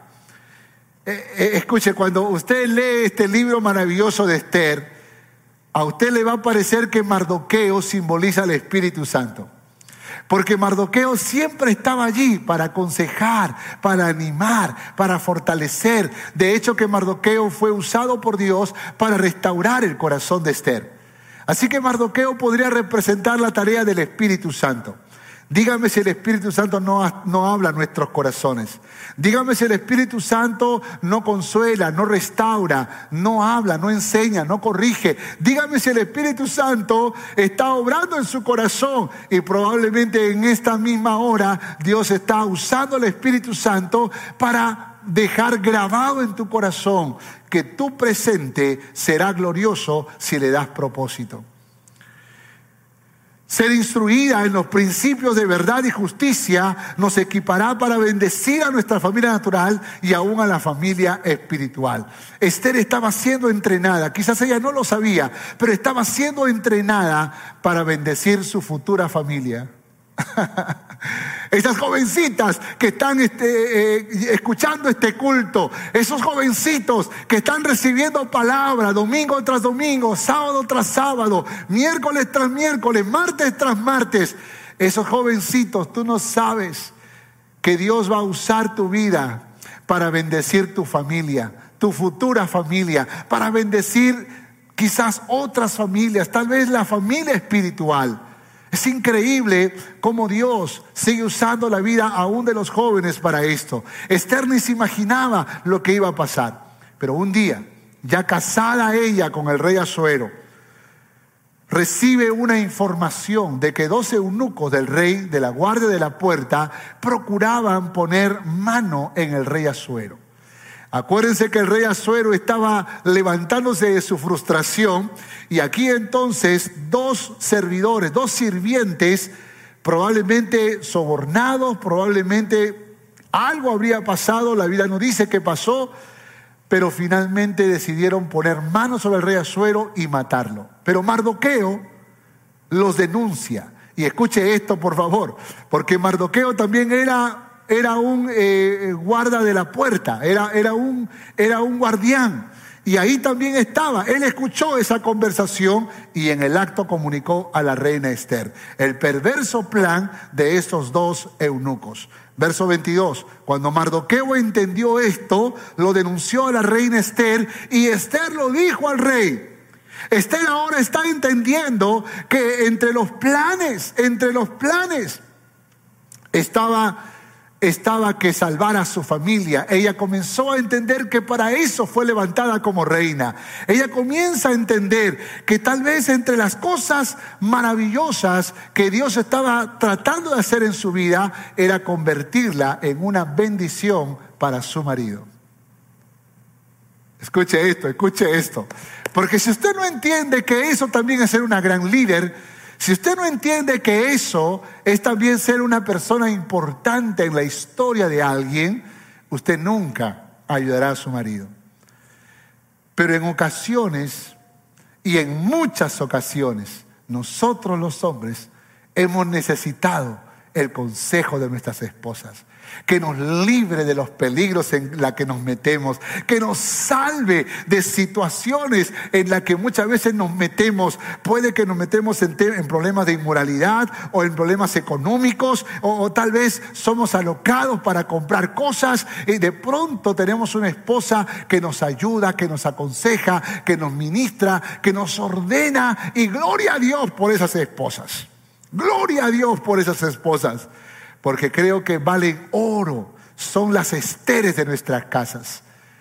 Eh, eh, escuche, cuando usted lee este libro maravilloso de Esther, a usted le va a parecer que Mardoqueo simboliza al Espíritu Santo. Porque Mardoqueo siempre estaba allí para aconsejar, para animar, para fortalecer. De hecho, que Mardoqueo fue usado por Dios para restaurar el corazón de Esther. Así que Mardoqueo podría representar la tarea del Espíritu Santo. Dígame si el Espíritu Santo no, no habla a nuestros corazones. Dígame si el Espíritu Santo no consuela, no restaura, no habla, no enseña, no corrige. Dígame si el Espíritu Santo está obrando en su corazón, y probablemente en esta misma hora Dios está usando el Espíritu Santo para dejar grabado en tu corazón que tu presente será glorioso si le das propósito. ser instruida en los principios de verdad y justicia nos equipará para bendecir a nuestra familia natural y aún a la familia espiritual. Esther estaba siendo entrenada, quizás ella no lo sabía, pero estaba siendo entrenada para bendecir su futura familia. Esas jovencitas que están este, eh, escuchando este culto, esos jovencitos que están recibiendo palabra domingo tras domingo, sábado tras sábado, miércoles tras miércoles, martes tras martes, esos jovencitos, tú no sabes que Dios va a usar tu vida para bendecir tu familia, tu futura familia, para bendecir quizás otras familias, tal vez la familia espiritual. Es increíble cómo Dios sigue usando la vida aún de los jóvenes para esto. Esther ni se imaginaba lo que iba a pasar. Pero un día, ya casada ella con el rey Asuero, recibe una información de que dos eunucos del rey, de la guardia de la puerta, procuraban poner mano en el rey Asuero. Acuérdense que el rey Asuero estaba levantándose de su frustración y aquí entonces dos servidores, dos sirvientes, probablemente sobornados, probablemente algo habría pasado, la Biblia no dice qué pasó, pero finalmente decidieron poner manos sobre el rey Asuero y matarlo. Pero Mardoqueo los denuncia. Y escuche esto, por favor, porque Mardoqueo también era... Era un eh, guarda de la puerta, era, era, un, era un guardián. Y ahí también estaba. Él escuchó esa conversación y en el acto comunicó a la reina Esther el perverso plan de estos dos eunucos. Verso veintidós. Cuando Mardoqueo entendió esto, lo denunció a la reina Esther y Esther lo dijo al rey. Esther ahora está entendiendo que entre los planes, entre los planes estaba... estaba que salvar a su familia. Ella comenzó a entender que para eso fue levantada como reina. Ella comienza a entender que tal vez entre las cosas maravillosas que Dios estaba tratando de hacer en su vida era convertirla en una bendición para su marido. Escuche esto, escuche esto. Porque si usted no entiende que eso también es ser una gran líder, si usted no entiende que eso es también ser una persona importante en la historia de alguien, usted nunca ayudará a su marido. Pero en ocasiones, y en muchas ocasiones, nosotros los hombres hemos necesitado el consejo de nuestras esposas, que nos libre de los peligros en la que nos metemos, que nos salve de situaciones en las que muchas veces nos metemos. Puede que nos metemos en, te- en problemas de inmoralidad o en problemas económicos o, o tal vez somos alocados para comprar cosas y de pronto tenemos una esposa que nos ayuda, que nos aconseja, que nos ministra, que nos ordena, y gloria a Dios por esas esposas. Gloria a Dios por esas esposas. Porque creo que valen oro, son las Esteres de nuestras casas.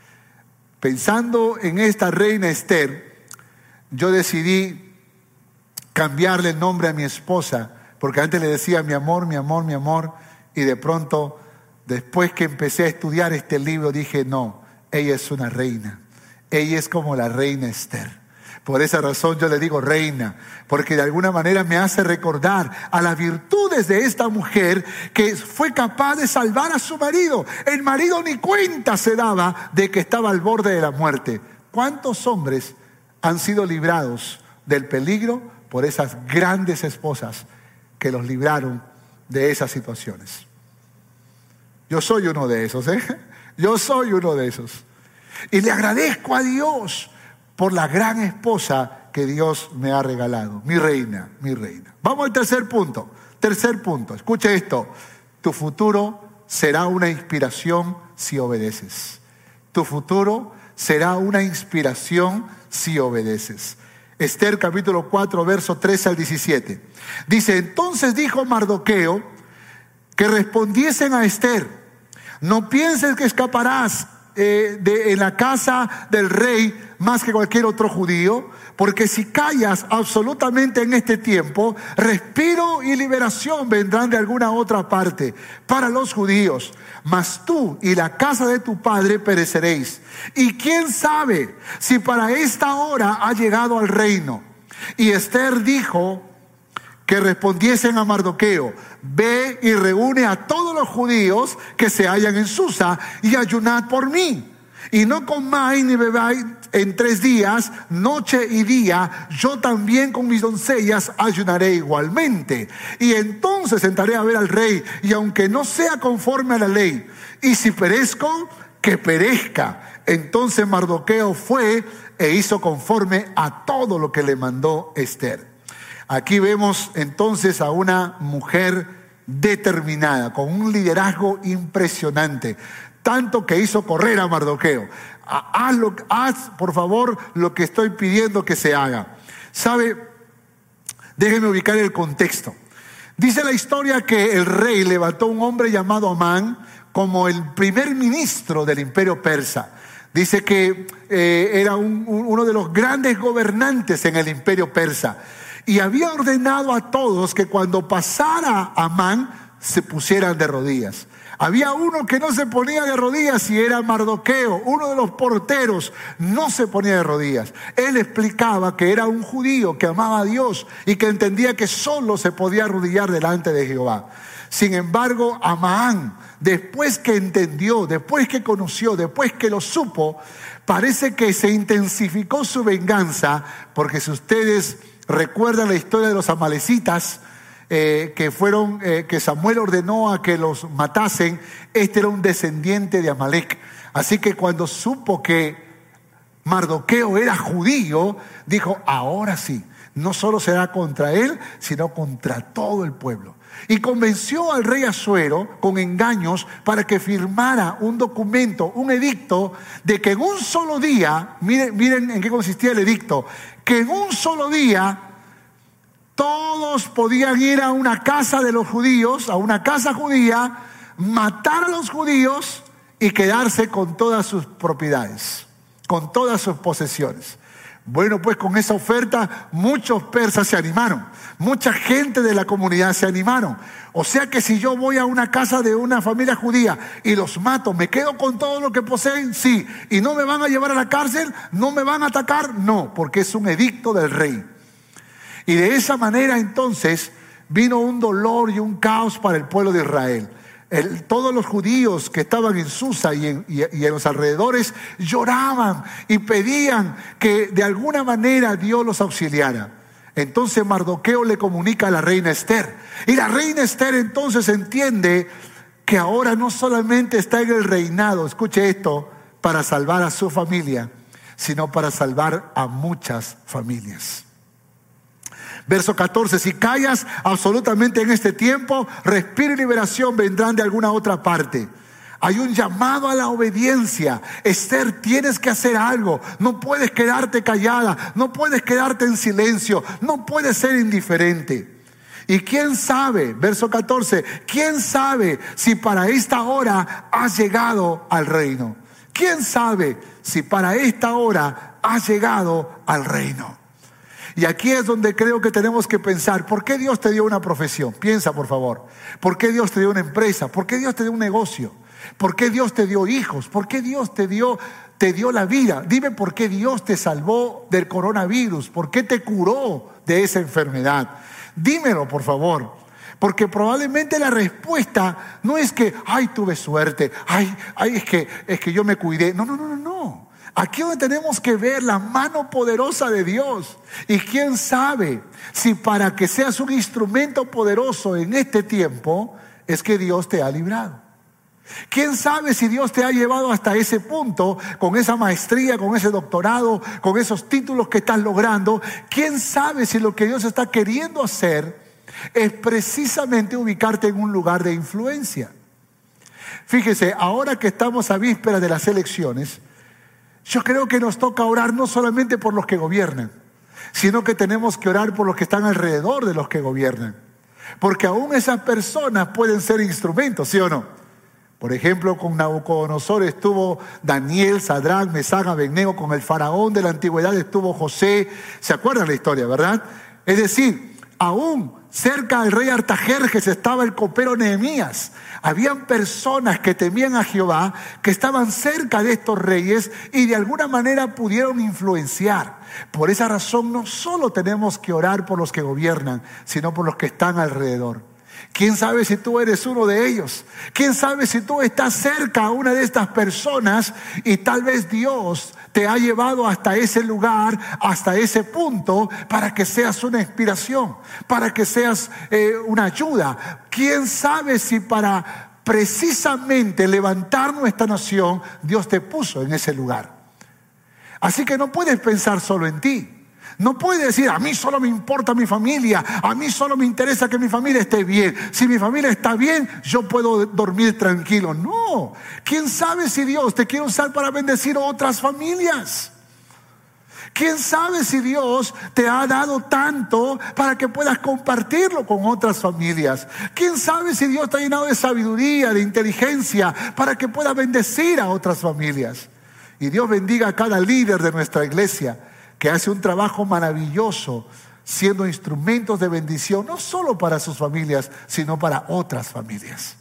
Pensando en esta reina Esther, yo decidí cambiarle el nombre a mi esposa, porque antes le decía mi amor, mi amor, mi amor, y de pronto, después que empecé a estudiar este libro, dije, no, ella es una reina, ella es como la reina Esther. Por esa razón yo le digo reina, porque de alguna manera me hace recordar a las virtudes de esta mujer que fue capaz de salvar a su marido. El marido ni cuenta se daba de que estaba al borde de la muerte. ¿Cuántos hombres han sido librados del peligro por esas grandes esposas que los libraron de esas situaciones? Yo soy uno de esos, ¿eh? Yo soy uno de esos. Y le agradezco a Dios por la gran esposa que Dios me ha regalado. Mi reina, mi reina. Vamos al tercer punto. Tercer punto. Escuche esto. Tu futuro será una inspiración si obedeces. Tu futuro será una inspiración si obedeces. Esther capítulo cuatro, verso trece al diecisiete. Dice, entonces dijo Mardoqueo que respondiesen a Esther, no pienses que escaparás Eh, de, en la casa del rey más que cualquier otro judío, porque si callas absolutamente en este tiempo, respiro y liberación vendrán de alguna otra parte para los judíos, mas tú y la casa de tu padre pereceréis. Y quién sabe si para esta hora ha llegado al reino. Y Esther dijo que respondiesen a Mardoqueo: ve y reúne a todos los judíos que se hallan en Susa y ayunad por mí. Y no comáis ni bebáis en tres días, noche y día. Yo también con mis doncellas ayunaré igualmente. Y entonces sentaré a ver al rey, y aunque no sea conforme a la ley, y si perezco, que perezca. Entonces Mardoqueo fue e hizo conforme a todo lo que le mandó Esther. Aquí vemos entonces a una mujer determinada, con un liderazgo impresionante, tanto que hizo correr a Mardoqueo. Haz, lo, haz por favor lo que estoy pidiendo que se haga. ¿Sabe? Déjenme ubicar el contexto. Dice la historia que el rey levantó un hombre llamado Amán como el primer ministro del imperio persa. Dice que eh, era un, un, uno de los grandes gobernantes en el imperio persa. Y había ordenado a todos que cuando pasara Amán se pusieran de rodillas. Había uno que no se ponía de rodillas y era Mardoqueo, uno de los porteros, no se ponía de rodillas. Él explicaba que era un judío que amaba a Dios y que entendía que solo se podía arrodillar delante de Jehová. Sin embargo, Amán, después que entendió, después que conoció, después que lo supo, parece que se intensificó su venganza, porque si ustedes recuerdan la historia de los amalecitas, Eh, que fueron, eh, que Samuel ordenó a que los matasen, este era un descendiente de Amalec. Así que cuando supo que Mardoqueo era judío, dijo: ahora sí, no solo será contra él, sino contra todo el pueblo. Y convenció al rey Asuero con engaños para que firmara un documento, un edicto, de que en un solo día, miren, miren en qué consistía el edicto, que en un solo día todos podían ir a una casa de los judíos, a una casa judía, matar a los judíos y quedarse con todas sus propiedades, con todas sus posesiones. Bueno, pues con esa oferta muchos persas se animaron, mucha gente de la comunidad se animaron. O sea que si yo voy a una casa de una familia judía y los mato, ¿me quedo con todo lo que poseen? Sí. ¿Y no me van a llevar a la cárcel? ¿No me van a atacar? No, porque es un edicto del rey. Y de esa manera entonces vino un dolor y un caos para el pueblo de Israel. El, todos los judíos que estaban en Susa y en, y, y en los alrededores lloraban y pedían que de alguna manera Dios los auxiliara. Entonces Mardoqueo le comunica a la reina Esther. Y la reina Esther entonces entiende que ahora no solamente está en el reinado, escuche esto, para salvar a su familia, sino para salvar a muchas familias. Verso catorce: si callas absolutamente en este tiempo, respiro y liberación vendrán de alguna otra parte. Hay un llamado a la obediencia. Esther, tienes que hacer algo. No puedes quedarte callada, no puedes quedarte en silencio, no puedes ser indiferente. Y quién sabe, verso catorce, quién sabe si para esta hora has llegado al reino. Quién sabe si para esta hora has llegado al reino. Y aquí es donde creo que tenemos que pensar: ¿por qué Dios te dio una profesión? Piensa, por favor. ¿Por qué Dios te dio una empresa? ¿Por qué Dios te dio un negocio? ¿Por qué Dios te dio hijos? ¿Por qué Dios te dio, te dio la vida? Dime por qué Dios te salvó del coronavirus. ¿Por qué te curó de esa enfermedad? Dímelo, por favor. Porque probablemente la respuesta no es que, ay, tuve suerte, ay, ay es que, es que yo me cuidé. No, no, no, no, no. Aquí es donde tenemos que ver la mano poderosa de Dios. Y quién sabe si para que seas un instrumento poderoso en este tiempo es que Dios te ha librado. Quién sabe si Dios te ha llevado hasta ese punto, con esa maestría, con ese doctorado, con esos títulos que estás logrando. Quién sabe si lo que Dios está queriendo hacer es precisamente ubicarte en un lugar de influencia. Fíjese, ahora que estamos a vísperas de las elecciones, yo creo que nos toca orar no solamente por los que gobiernan, sino que tenemos que orar por los que están alrededor de los que gobiernan. Porque aún esas personas pueden ser instrumentos, ¿sí o no? Por ejemplo, con Nabucodonosor estuvo Daniel, Sadrach, Mesach, Abednego. Con el faraón de la antigüedad estuvo José. ¿Se acuerdan la historia, verdad? Es decir, aún cerca del rey Artajerjes estaba el copero Nehemías. Habían personas que temían a Jehová, que estaban cerca de estos reyes y de alguna manera pudieron influenciar. Por esa razón no solo tenemos que orar por los que gobiernan, sino por los que están alrededor. ¿Quién sabe si tú eres uno de ellos? ¿Quién sabe si tú estás cerca a una de estas personas y tal vez Dios te ha llevado hasta ese lugar, hasta ese punto, para que seas una inspiración, para que seas eh, una ayuda? ¿Quién sabe si para precisamente levantar nuestra nación Dios te puso en ese lugar? Así que no puedes pensar solo en ti. No puedes decir, a mí solo me importa mi familia, a mí solo me interesa que mi familia esté bien. Si mi familia está bien, yo puedo dormir tranquilo. No, ¿quién sabe si Dios te quiere usar para bendecir a otras familias? ¿Quién sabe si Dios te ha dado tanto para que puedas compartirlo con otras familias? ¿Quién sabe si Dios te ha llenado de sabiduría, de inteligencia, para que puedas bendecir a otras familias? Y Dios bendiga a cada líder de nuestra iglesia, que hace un trabajo maravilloso, siendo instrumentos de bendición, no solo para sus familias, sino para otras familias.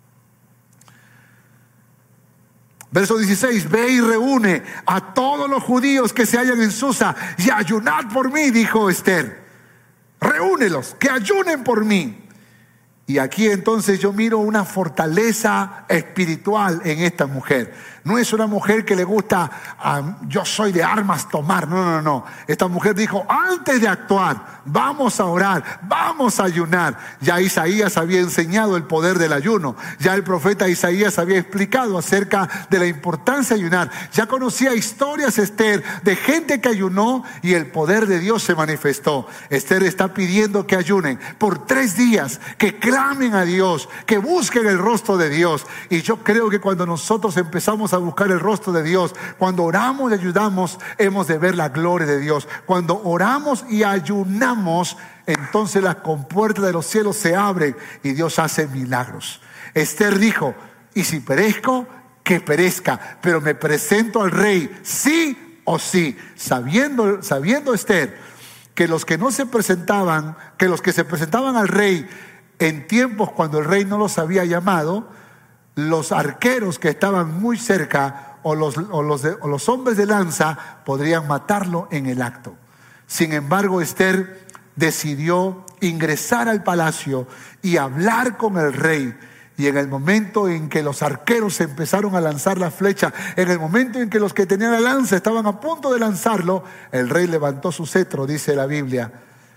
Verso dieciséis, ve y reúne a todos los judíos que se hallan en Susa y ayunad por mí, dijo Esther. Reúnelos, que ayunen por mí. Y aquí entonces yo miro una fortaleza espiritual en esta mujer. No es una mujer que le gusta, um, yo soy de armas tomar. No, no, no. Esta mujer dijo, antes de actuar, vamos a orar, vamos a ayunar. Ya Isaías había enseñado el poder del ayuno. Ya el profeta Isaías había explicado acerca de la importancia de ayunar. Ya conocía historias, Esther, de gente que ayunó y el poder de Dios se manifestó. Esther está pidiendo que ayunen por tres días, que clamen a Dios, que busquen el rostro de Dios. Y yo creo que cuando nosotros empezamos a buscar el rostro de Dios, cuando oramos y ayudamos, hemos de ver la gloria de Dios. Cuando oramos y ayunamos, entonces las compuertas de los cielos se abren y Dios hace milagros. Esther dijo, y si perezco, que perezca, pero me presento al rey, sí o sí. Sabiendo, sabiendo Esther que los que no se presentaban, que los que se presentaban al rey en tiempos cuando el rey no los había llamado, los arqueros que estaban muy cerca o los, o, los de, o los hombres de lanza podrían matarlo en el acto. Sin embargo, Esther decidió ingresar al palacio y hablar con el rey. Y en el momento en que los arqueros empezaron a lanzar la flecha, en el momento en que los que tenían la lanza estaban a punto de lanzarlo, el rey levantó su cetro, dice la Biblia,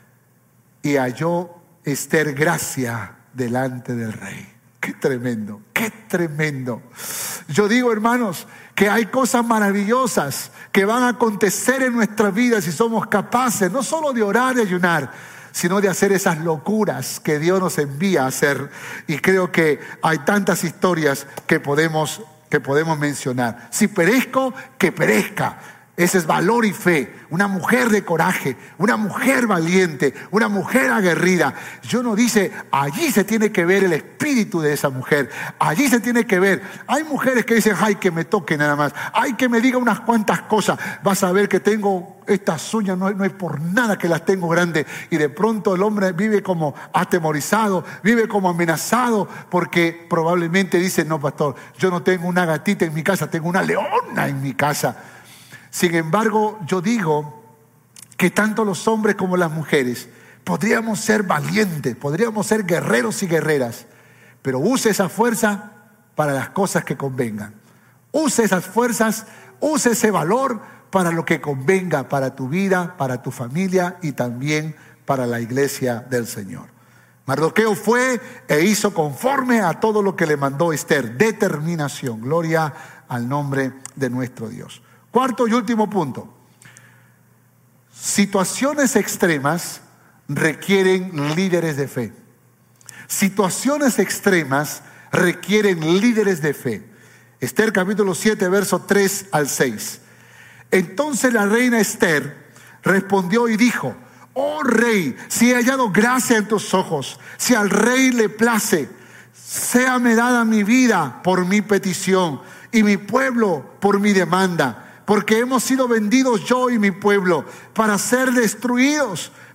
y halló Esther gracia delante del rey. Qué tremendo, qué tremendo. Yo digo, hermanos, que hay cosas maravillosas que van a acontecer en nuestra vida si somos capaces no solo de orar y ayunar, sino de hacer esas locuras que Dios nos envía a hacer. Y creo que hay tantas historias que podemos, que podemos mencionar. Si perezco, que perezca. Ese es valor y fe. Una mujer de coraje, una mujer valiente, una mujer aguerrida. Yo no dice, allí se tiene que ver el espíritu de esa mujer. Allí se tiene que ver. Hay mujeres que dicen, ay, que me toque nada más. Ay, que me diga unas cuantas cosas. Vas a ver que tengo estas uñas, no, no es por nada que las tengo grandes. Y de pronto el hombre vive como atemorizado, vive como amenazado, porque probablemente dice, no, pastor, yo no tengo una gatita en mi casa, tengo una leona en mi casa. Sin embargo, yo digo que tanto los hombres como las mujeres podríamos ser valientes, podríamos ser guerreros y guerreras, pero use esa fuerza para las cosas que convengan. Use esas fuerzas, use ese valor para lo que convenga para tu vida, para tu familia y también para la iglesia del Señor. Mardoqueo fue e hizo conforme a todo lo que le mandó Esther. Determinación. Gloria al nombre de nuestro Dios. Cuarto y último punto. Situaciones extremas requieren líderes de fe. Situaciones extremas requieren líderes de fe. Esther capítulo siete, verso tres al seis. Entonces la reina Esther respondió y dijo: oh rey, si he hallado gracia en tus ojos, si al rey le place, séame dada mi vida por mi petición y mi pueblo por mi demanda. Porque hemos sido vendidos yo y mi pueblo para ser destruidos.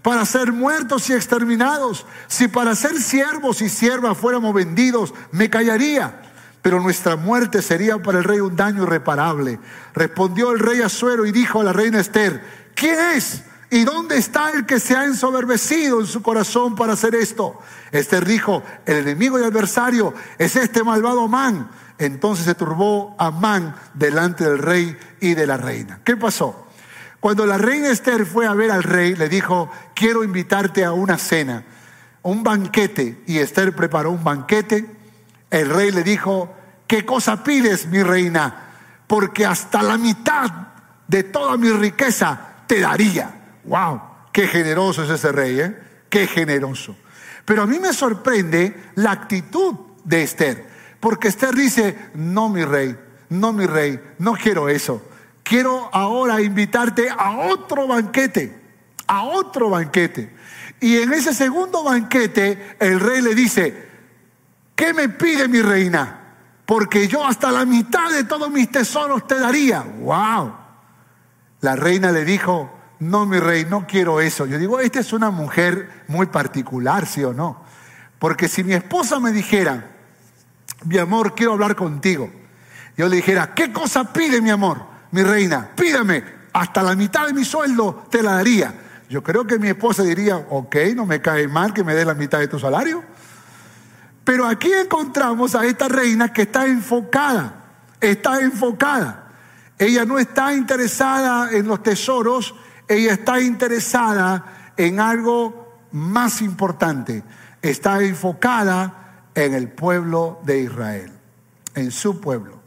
para ser muertos y exterminados. Si para ser siervos y siervas fuéramos vendidos, me callaría. Pero nuestra muerte sería para el rey un daño irreparable. Respondió el rey Asuero y dijo a la reina Ester: ¿quién es? ¿Y dónde está el que se ha ensoberbecido en su corazón para hacer esto? Ester dijo: el enemigo y adversario es este malvado Amán. Entonces se turbó Amán delante del rey y de la reina. ¿Qué pasó? Cuando la reina Ester fue a ver al rey, le dijo: quiero invitarte a una cena, un banquete. Y Ester preparó un banquete. El rey le dijo: ¿qué cosa pides, mi reina? Porque hasta la mitad de toda mi riqueza te daría. ¡Wow! ¡Qué generoso es ese rey! ¿eh? ¡Qué generoso! Pero a mí me sorprende la actitud de Ester. Porque Ester dice: no, mi rey, no, mi rey, no quiero eso. Quiero ahora invitarte a otro banquete, a otro banquete. Y en ese segundo banquete el rey le dice: ¿qué me pide mi reina? Porque yo hasta la mitad de todos mis tesoros te daría. ¡Wow! La reina le dijo: no, mi rey, no quiero eso. Yo digo, esta es una mujer muy particular, ¿sí o no? Porque si mi esposa me dijera: mi amor, quiero hablar contigo, yo le dijera: ¿qué cosa pide, mi amor? Mi reina, pídame, hasta la mitad de mi sueldo te la daría. Yo creo que mi esposa diría: ok, no me cae mal que me dé la mitad de tu salario. Pero aquí encontramos a esta reina que está enfocada, está enfocada. Ella no está interesada en los tesoros, ella está interesada en algo más importante. Está enfocada en el pueblo de Israel, en su pueblo.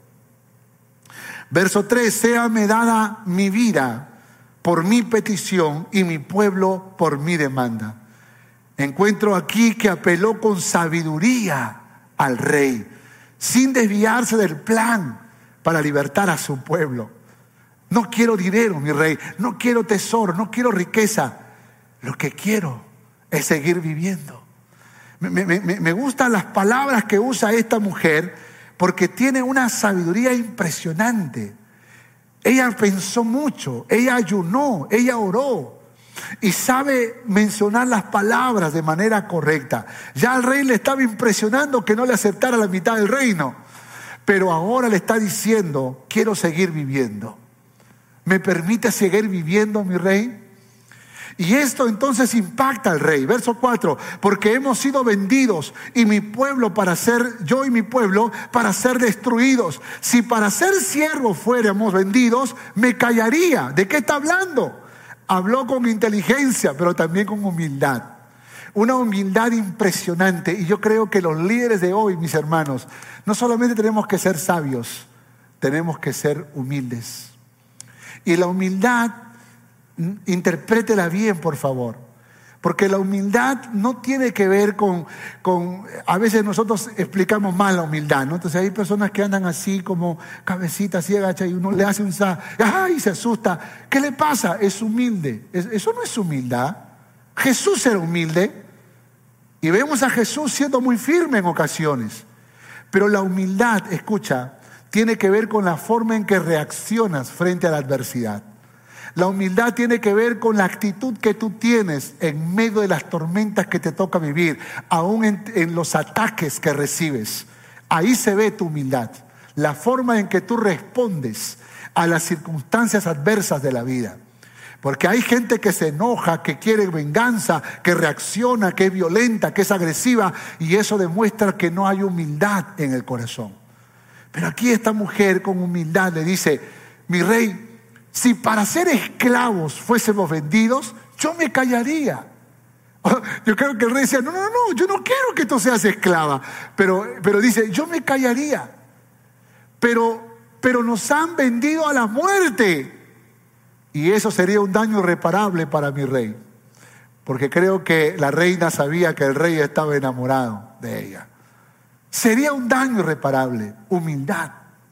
Verso tres: séame dada mi vida por mi petición y mi pueblo por mi demanda. Encuentro aquí que apeló con sabiduría al rey, sin desviarse del plan para libertar a su pueblo. No quiero dinero, mi rey, no quiero tesoro, no quiero riqueza. Lo que quiero es seguir viviendo. Me, me, me, me gustan las palabras que usa esta mujer porque tiene una sabiduría impresionante. Ella pensó mucho, ella ayunó, ella oró. Y sabe mencionar las palabras de manera correcta. Ya al rey le estaba impresionando que no le aceptara la mitad del reino, pero ahora le está diciendo: quiero seguir viviendo. ¿Me permite seguir viviendo, mi rey? Y esto entonces impacta al rey. Verso cuatro: porque hemos sido vendidos y mi pueblo para ser, yo y mi pueblo para ser destruidos. Si para ser siervos fuéramos vendidos, me callaría. ¿De qué está hablando? Habló con inteligencia, pero también con humildad. Una humildad impresionante. Y yo creo que los líderes de hoy, mis hermanos, no solamente tenemos que ser sabios, tenemos que ser humildes. Y la humildad, interprétela bien, por favor. Porque la humildad no tiene que ver con, con... A veces nosotros explicamos mal la humildad, ¿no? Entonces hay personas que andan así como cabecita así agacha y uno le hace un sa... ¡Ay! Se asusta. ¿Qué le pasa? Es humilde. Eso no es humildad. Jesús era humilde. Y vemos a Jesús siendo muy firme en ocasiones. Pero la humildad, escucha, tiene que ver con la forma en que reaccionas frente a la adversidad. La humildad tiene que ver con la actitud que tú tienes en medio de las tormentas que te toca vivir, aún en, en los ataques que recibes. Ahí se ve tu humildad, la forma en que tú respondes a las circunstancias adversas de la vida. Porque hay gente que se enoja, que quiere venganza, que reacciona, que es violenta, que es agresiva, y eso demuestra que no hay humildad en el corazón. Pero aquí esta mujer con humildad le dice: mi rey, si para ser esclavos fuésemos vendidos, yo me callaría. Yo creo que el rey decía: no, no, no, yo no quiero que tú seas esclava. Pero, pero dice: yo me callaría. Pero, pero nos han vendido a la muerte. Y eso sería un daño irreparable para mi rey. Porque creo que la reina sabía que el rey estaba enamorado de ella. Sería un daño irreparable. Humildad.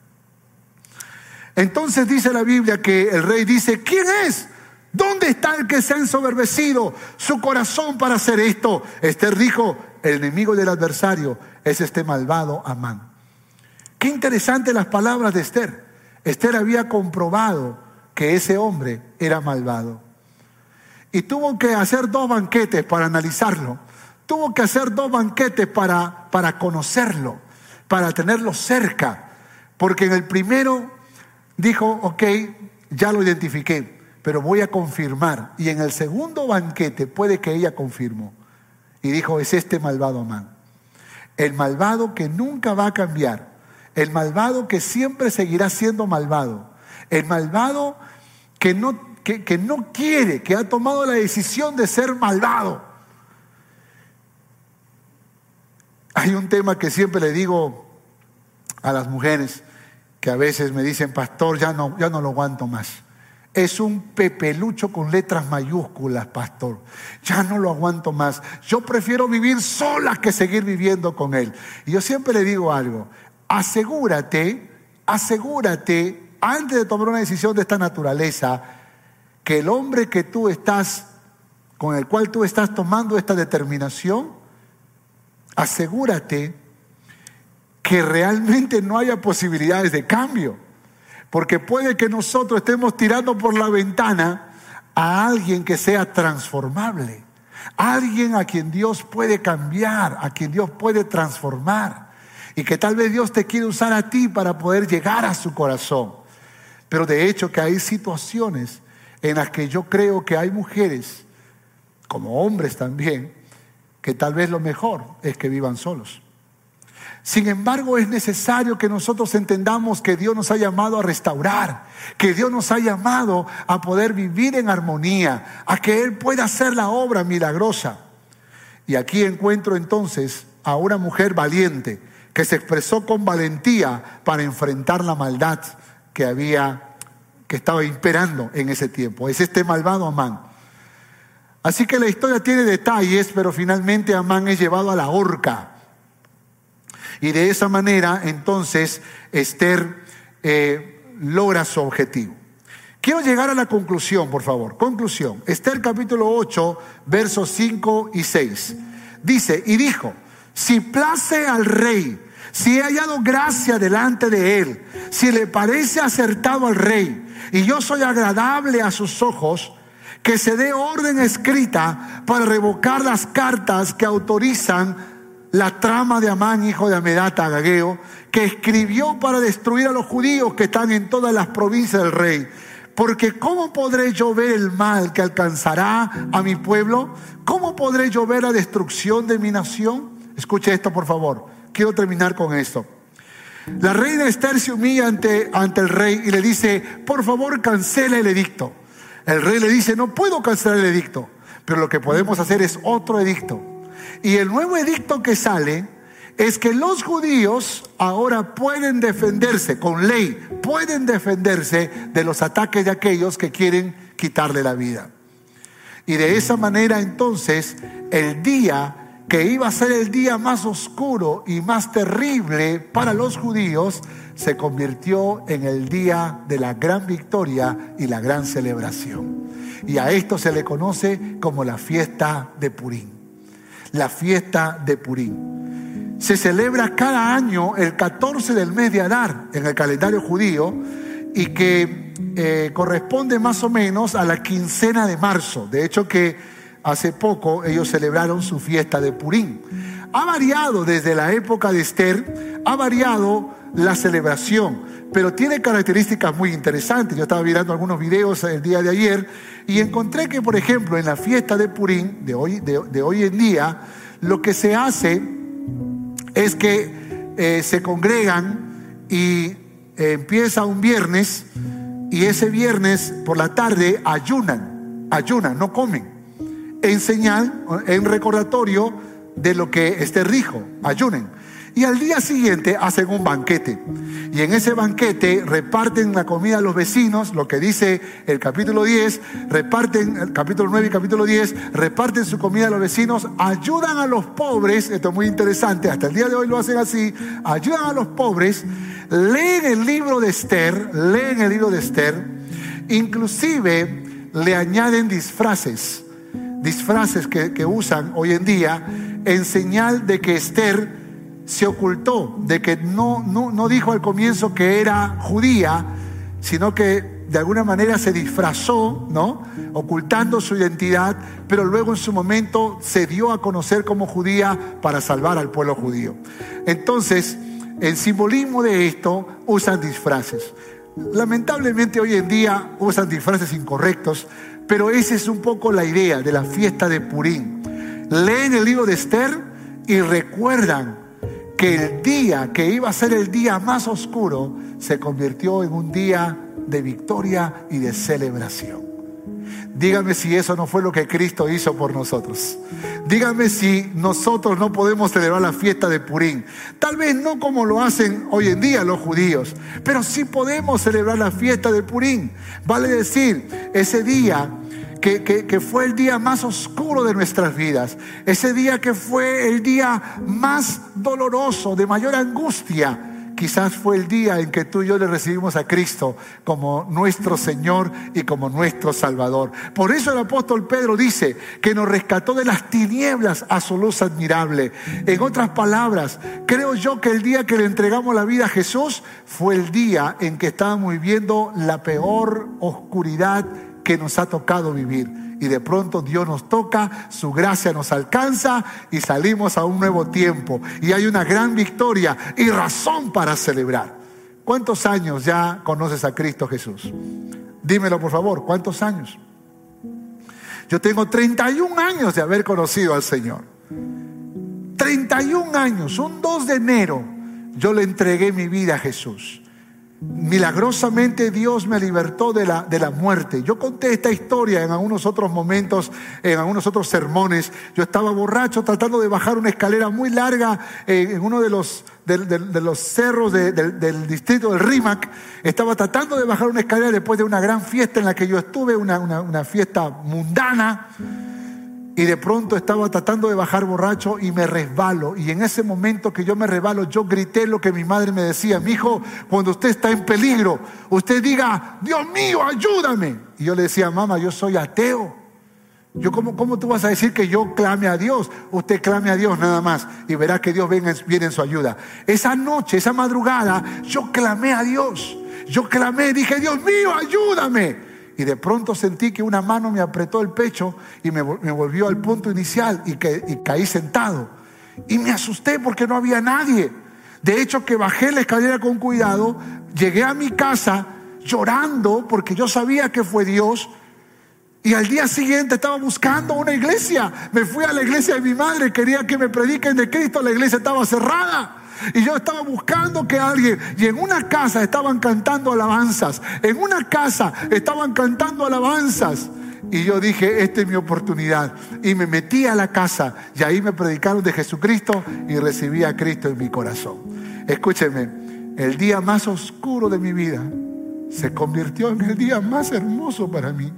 Entonces dice la Biblia que el rey dice: ¿quién es? ¿Dónde está el que se ha ensoberbecido su corazón para hacer esto? Ester dijo: el enemigo del adversario es este malvado Amán. Qué interesante las palabras de Ester. Ester había comprobado que ese hombre era malvado. y tuvo que hacer dos banquetes para analizarlo. Tuvo que hacer dos banquetes para, para conocerlo, para tenerlo cerca. Porque en el primero dijo, ok, ya lo identifiqué, pero voy a confirmar. Y en el segundo banquete puede que ella confirmó. Y dijo, es este malvado Amán. El malvado que nunca va a cambiar. El malvado que siempre seguirá siendo malvado. El malvado que no, que, que no quiere, que ha tomado la decisión de ser malvado. Hay un tema que siempre le digo a las mujeres, que a veces me dicen, pastor, ya no, ya no lo aguanto más. Es un pepelucho con letras mayúsculas, pastor. Ya no lo aguanto más. Yo prefiero vivir sola que seguir viviendo con él. Y yo siempre le digo algo. Asegúrate, asegúrate, antes de tomar una decisión de esta naturaleza, que el hombre que tú estás, con el cual tú estás tomando esta determinación, asegúrate que realmente no haya posibilidades de cambio. Porque puede que nosotros estemos tirando por la ventana a alguien que sea transformable, alguien a quien Dios puede cambiar, a quien Dios puede transformar, y que tal vez Dios te quiere usar a ti para poder llegar a su corazón. Pero de hecho que hay situaciones en las que yo creo que hay mujeres, como hombres también, que tal vez lo mejor es que vivan solos. Sin embargo, es necesario que nosotros entendamos que Dios nos ha llamado a restaurar, que Dios nos ha llamado a poder vivir en armonía, a que Él pueda hacer la obra milagrosa. Y aquí encuentro entonces a una mujer valiente que se expresó con valentía para enfrentar la maldad que había, que estaba imperando en ese tiempo. Es este malvado Amán. Así que la historia tiene detalles, pero finalmente Amán es llevado a la horca. Y de esa manera, entonces, Esther eh, logra su objetivo. Quiero llegar a la conclusión, por favor. Conclusión. Esther capítulo ocho, versos cinco y seis. Dice, y dijo, si place al rey, si he hallado gracia delante de él, si le parece acertado al rey, y yo soy agradable a sus ojos, que se dé orden escrita para revocar las cartas que autorizan la trama de Amán, hijo de Amedata, Agageo, que escribió para destruir a los judíos que están en todas las provincias del rey. Porque ¿cómo podré yo ver el mal que alcanzará a mi pueblo? ¿Cómo podré yo ver la destrucción de mi nación? Escuche esto, por favor. Quiero terminar con esto. La reina Esther se humilla ante, ante el rey y le dice, por favor, cancela el edicto. El rey le dice, no puedo cancelar el edicto, pero lo que podemos hacer es otro edicto. Y el nuevo edicto que sale es que los judíos ahora pueden defenderse, con ley, pueden defenderse de los ataques de aquellos que quieren quitarle la vida. Y de esa manera entonces el día que iba a ser el día más oscuro y más terrible para los judíos se convirtió en el día de la gran victoria y la gran celebración. Y a esto se le conoce como la fiesta de Purim. La fiesta de Purim se celebra cada año el catorce del mes de Adar en el calendario judío y que eh, corresponde más o menos a la quincena de marzo. De hecho que hace poco ellos celebraron su fiesta de Purim. Ha variado desde la época de Esther, ha variado la celebración, pero tiene características muy interesantes. Yo estaba mirando algunos videos el día de ayer y encontré que, por ejemplo, en la fiesta de Purim de hoy, de, de hoy en día, lo que se hace es que eh, se congregan y eh, empieza un viernes y ese viernes por la tarde ayunan, ayunan, no comen, en señal, en recordatorio de lo que Esther dijo, ayunen. Y al día siguiente hacen un banquete. Y en ese banquete reparten la comida a los vecinos, lo que dice el capítulo diez, reparten, el capítulo nueve y capítulo diez, reparten su comida a los vecinos, ayudan a los pobres, esto es muy interesante, hasta el día de hoy lo hacen así, ayudan a los pobres, leen el libro de Esther, leen el libro de Esther, inclusive le añaden disfraces, disfraces que, que usan hoy en día en señal de que Esther se ocultó, de que no, no, no dijo al comienzo que era judía, sino que de alguna manera se disfrazó, ¿no?, ocultando su identidad, pero luego en su momento se dio a conocer como judía para salvar al pueblo judío. Entonces, el simbolismo de esto, usan disfraces. Lamentablemente hoy en día usan disfraces incorrectos, pero esa es un poco la idea de la fiesta de Purim. Leen el libro de Esther y recuerdan que el día que iba a ser el día más oscuro se convirtió en un día de victoria y de celebración. Dígame si eso no fue lo que Cristo hizo por nosotros. Dígame si nosotros no podemos celebrar la fiesta de Purim. Tal vez no como lo hacen hoy en día los judíos, pero sí podemos celebrar la fiesta de Purim. Vale decir, ese día que, que, que fue el día más oscuro de nuestras vidas, ese día que fue el día más doloroso, de mayor angustia, quizás fue el día en que tú y yo le recibimos a Cristo como nuestro Señor y como nuestro Salvador. Por eso el apóstol Pedro dice que nos rescató de las tinieblas a su luz admirable. En otras palabras, creo yo que el día que le entregamos la vida a Jesús fue el día en que estábamos viviendo la peor oscuridad que nos ha tocado vivir. Y de pronto Dios nos toca, su gracia nos alcanza y salimos a un nuevo tiempo. Y hay una gran victoria y razón para celebrar. ¿Cuántos años ya conoces a Cristo Jesús? Dímelo por favor, ¿cuántos años? Yo tengo treinta y un años de haber conocido al Señor. treinta y un años, un dos de enero, yo le entregué mi vida a Jesús. Milagrosamente Dios me libertó de la, de la muerte. Yo conté esta historia en algunos otros momentos, en algunos otros sermones. Yo estaba borracho tratando de bajar una escalera muy larga eh, en uno de los, de, de, de los cerros de, de, del distrito del Rímac. Estaba tratando de bajar una escalera después de una gran fiesta en la que yo estuve, una, una, una fiesta mundana. Y de pronto estaba tratando de bajar borracho y me resbalo. Y en ese momento que yo me resbalo, yo grité lo que mi madre me decía: mi hijo, cuando usted está en peligro, usted diga: Dios mío, ayúdame. Y yo le decía: mamá, yo soy ateo. Yo, ¿cómo, cómo tú vas a decir que yo clame a Dios? Usted clame a Dios nada más y verá que Dios viene, viene en su ayuda. Esa noche, esa madrugada, yo clamé a Dios. Yo clamé, dije: Dios mío, ayúdame. Y de pronto sentí que una mano me apretó el pecho y me, me volvió al punto inicial y, que, y caí sentado. Y me asusté porque no había nadie. De hecho, que bajé la escalera con cuidado, llegué a mi casa llorando porque yo sabía que fue Dios. Y al día siguiente estaba buscando una iglesia. Me fui a la iglesia de mi madre, quería que me prediquen de Cristo, la iglesia estaba cerrada. Y yo estaba buscando que alguien, y en una casa estaban cantando alabanzas, en una casa estaban cantando alabanzas. Y yo dije: esta es mi oportunidad. Y me metí a la casa y ahí me predicaron de Jesucristo y recibí a Cristo en mi corazón. Escúcheme, el día más oscuro de mi vida se convirtió en el día más hermoso para mí.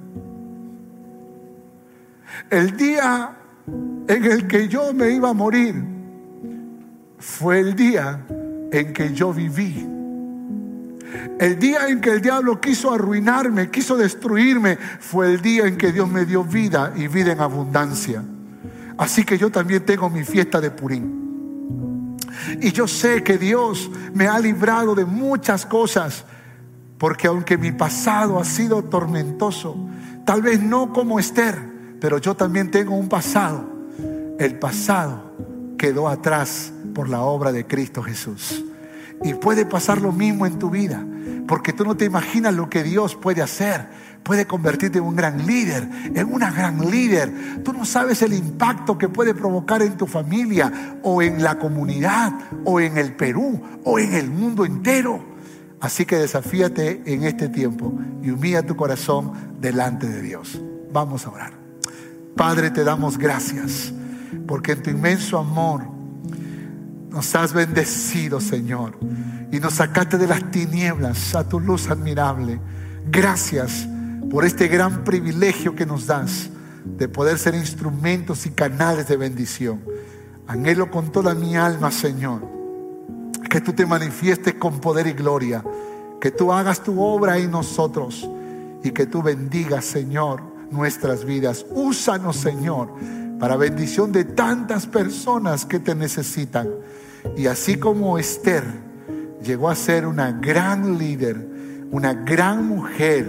El día en el que yo me iba a morir fue el día en que yo viví. El día en que el diablo quiso arruinarme, quiso destruirme, fue el día en que Dios me dio vida y vida en abundancia. Así que yo también tengo mi fiesta de Purim. Y yo sé que Dios me ha librado de muchas cosas, porque aunque mi pasado ha sido tormentoso, tal vez no como Esther, pero yo también tengo un pasado. El pasado quedó atrás por la obra de Cristo Jesús. Y puede pasar lo mismo en tu vida, porque tú no te imaginas lo que Dios puede hacer. Puede convertirte en un gran líder, en una gran líder. Tú no sabes el impacto que puede provocar en tu familia, o en la comunidad, o en el Perú, o en el mundo entero. Así que desafíate en este tiempo y humilla tu corazón delante de Dios. Vamos a orar. Padre, te damos gracias, porque en tu inmenso amor nos has bendecido, Señor, y nos sacaste de las tinieblas a tu luz admirable. Gracias por este gran privilegio que nos das de poder ser instrumentos y canales de bendición. Anhelo con toda mi alma, Señor, que tú te manifiestes con poder y gloria, que tú hagas tu obra en nosotros y que tú bendigas, Señor, nuestras vidas. Úsanos, Señor, para bendición de tantas personas que te necesitan. Y así como Esther llegó a ser una gran líder, una gran mujer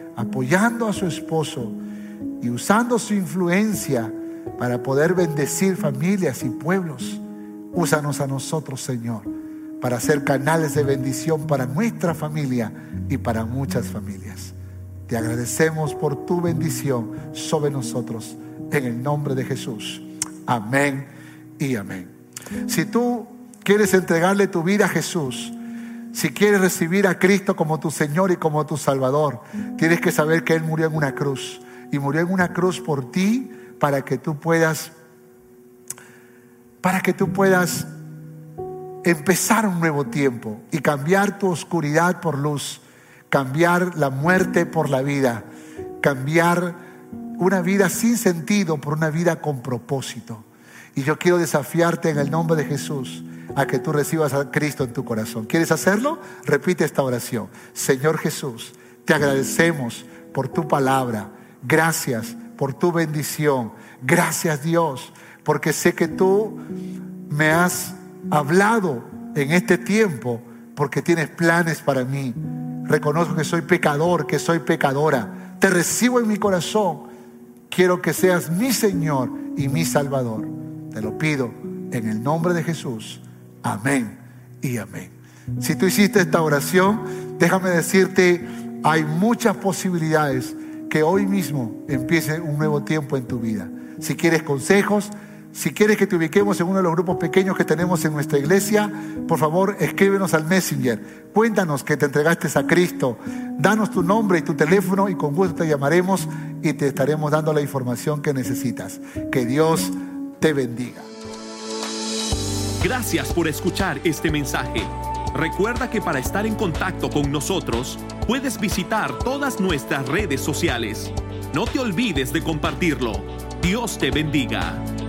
apoyando a su esposo y usando su influencia para poder bendecir familias y pueblos. Úsanos a nosotros, Señor, para ser canales de bendición para nuestra familia y para muchas familias. Te agradecemos por tu bendición sobre nosotros, en el nombre de Jesús. Amén y amén. Si tú quieres entregarle tu vida a Jesús, si quieres recibir a Cristo como tu Señor y como tu Salvador, tienes que saber que Él murió en una cruz. Y murió en una cruz por ti, para que tú puedas, para que tú puedas empezar un nuevo tiempo y cambiar tu oscuridad por luz, cambiar la muerte por la vida, cambiar una vida sin sentido por una vida con propósito. Y yo quiero desafiarte en el nombre de Jesús a que tú recibas a Cristo en tu corazón. ¿Quieres hacerlo? Repite esta oración. Señor Jesús, te agradecemos por tu palabra. Gracias por tu bendición. Gracias, Dios, porque sé que tú me has hablado en este tiempo, porque tienes planes para mí. Reconozco que soy pecador, que soy pecadora. Te recibo en mi corazón. Quiero que seas mi Señor y mi Salvador. Te lo pido en el nombre de Jesús. Amén y amén. Si tú hiciste esta oración, déjame decirte, hay muchas posibilidades que hoy mismo empiece un nuevo tiempo en tu vida. Si quieres consejos, si quieres que te ubiquemos en uno de los grupos pequeños que tenemos en nuestra iglesia, por favor escríbenos al Messenger. Cuéntanos que te entregaste a Cristo. Danos tu nombre y tu teléfono y con gusto te llamaremos y te estaremos dando la información que necesitas. Que Dios te bendiga. Gracias por escuchar este mensaje. Recuerda que para estar en contacto con nosotros, puedes visitar todas nuestras redes sociales. No te olvides de compartirlo. Dios te bendiga.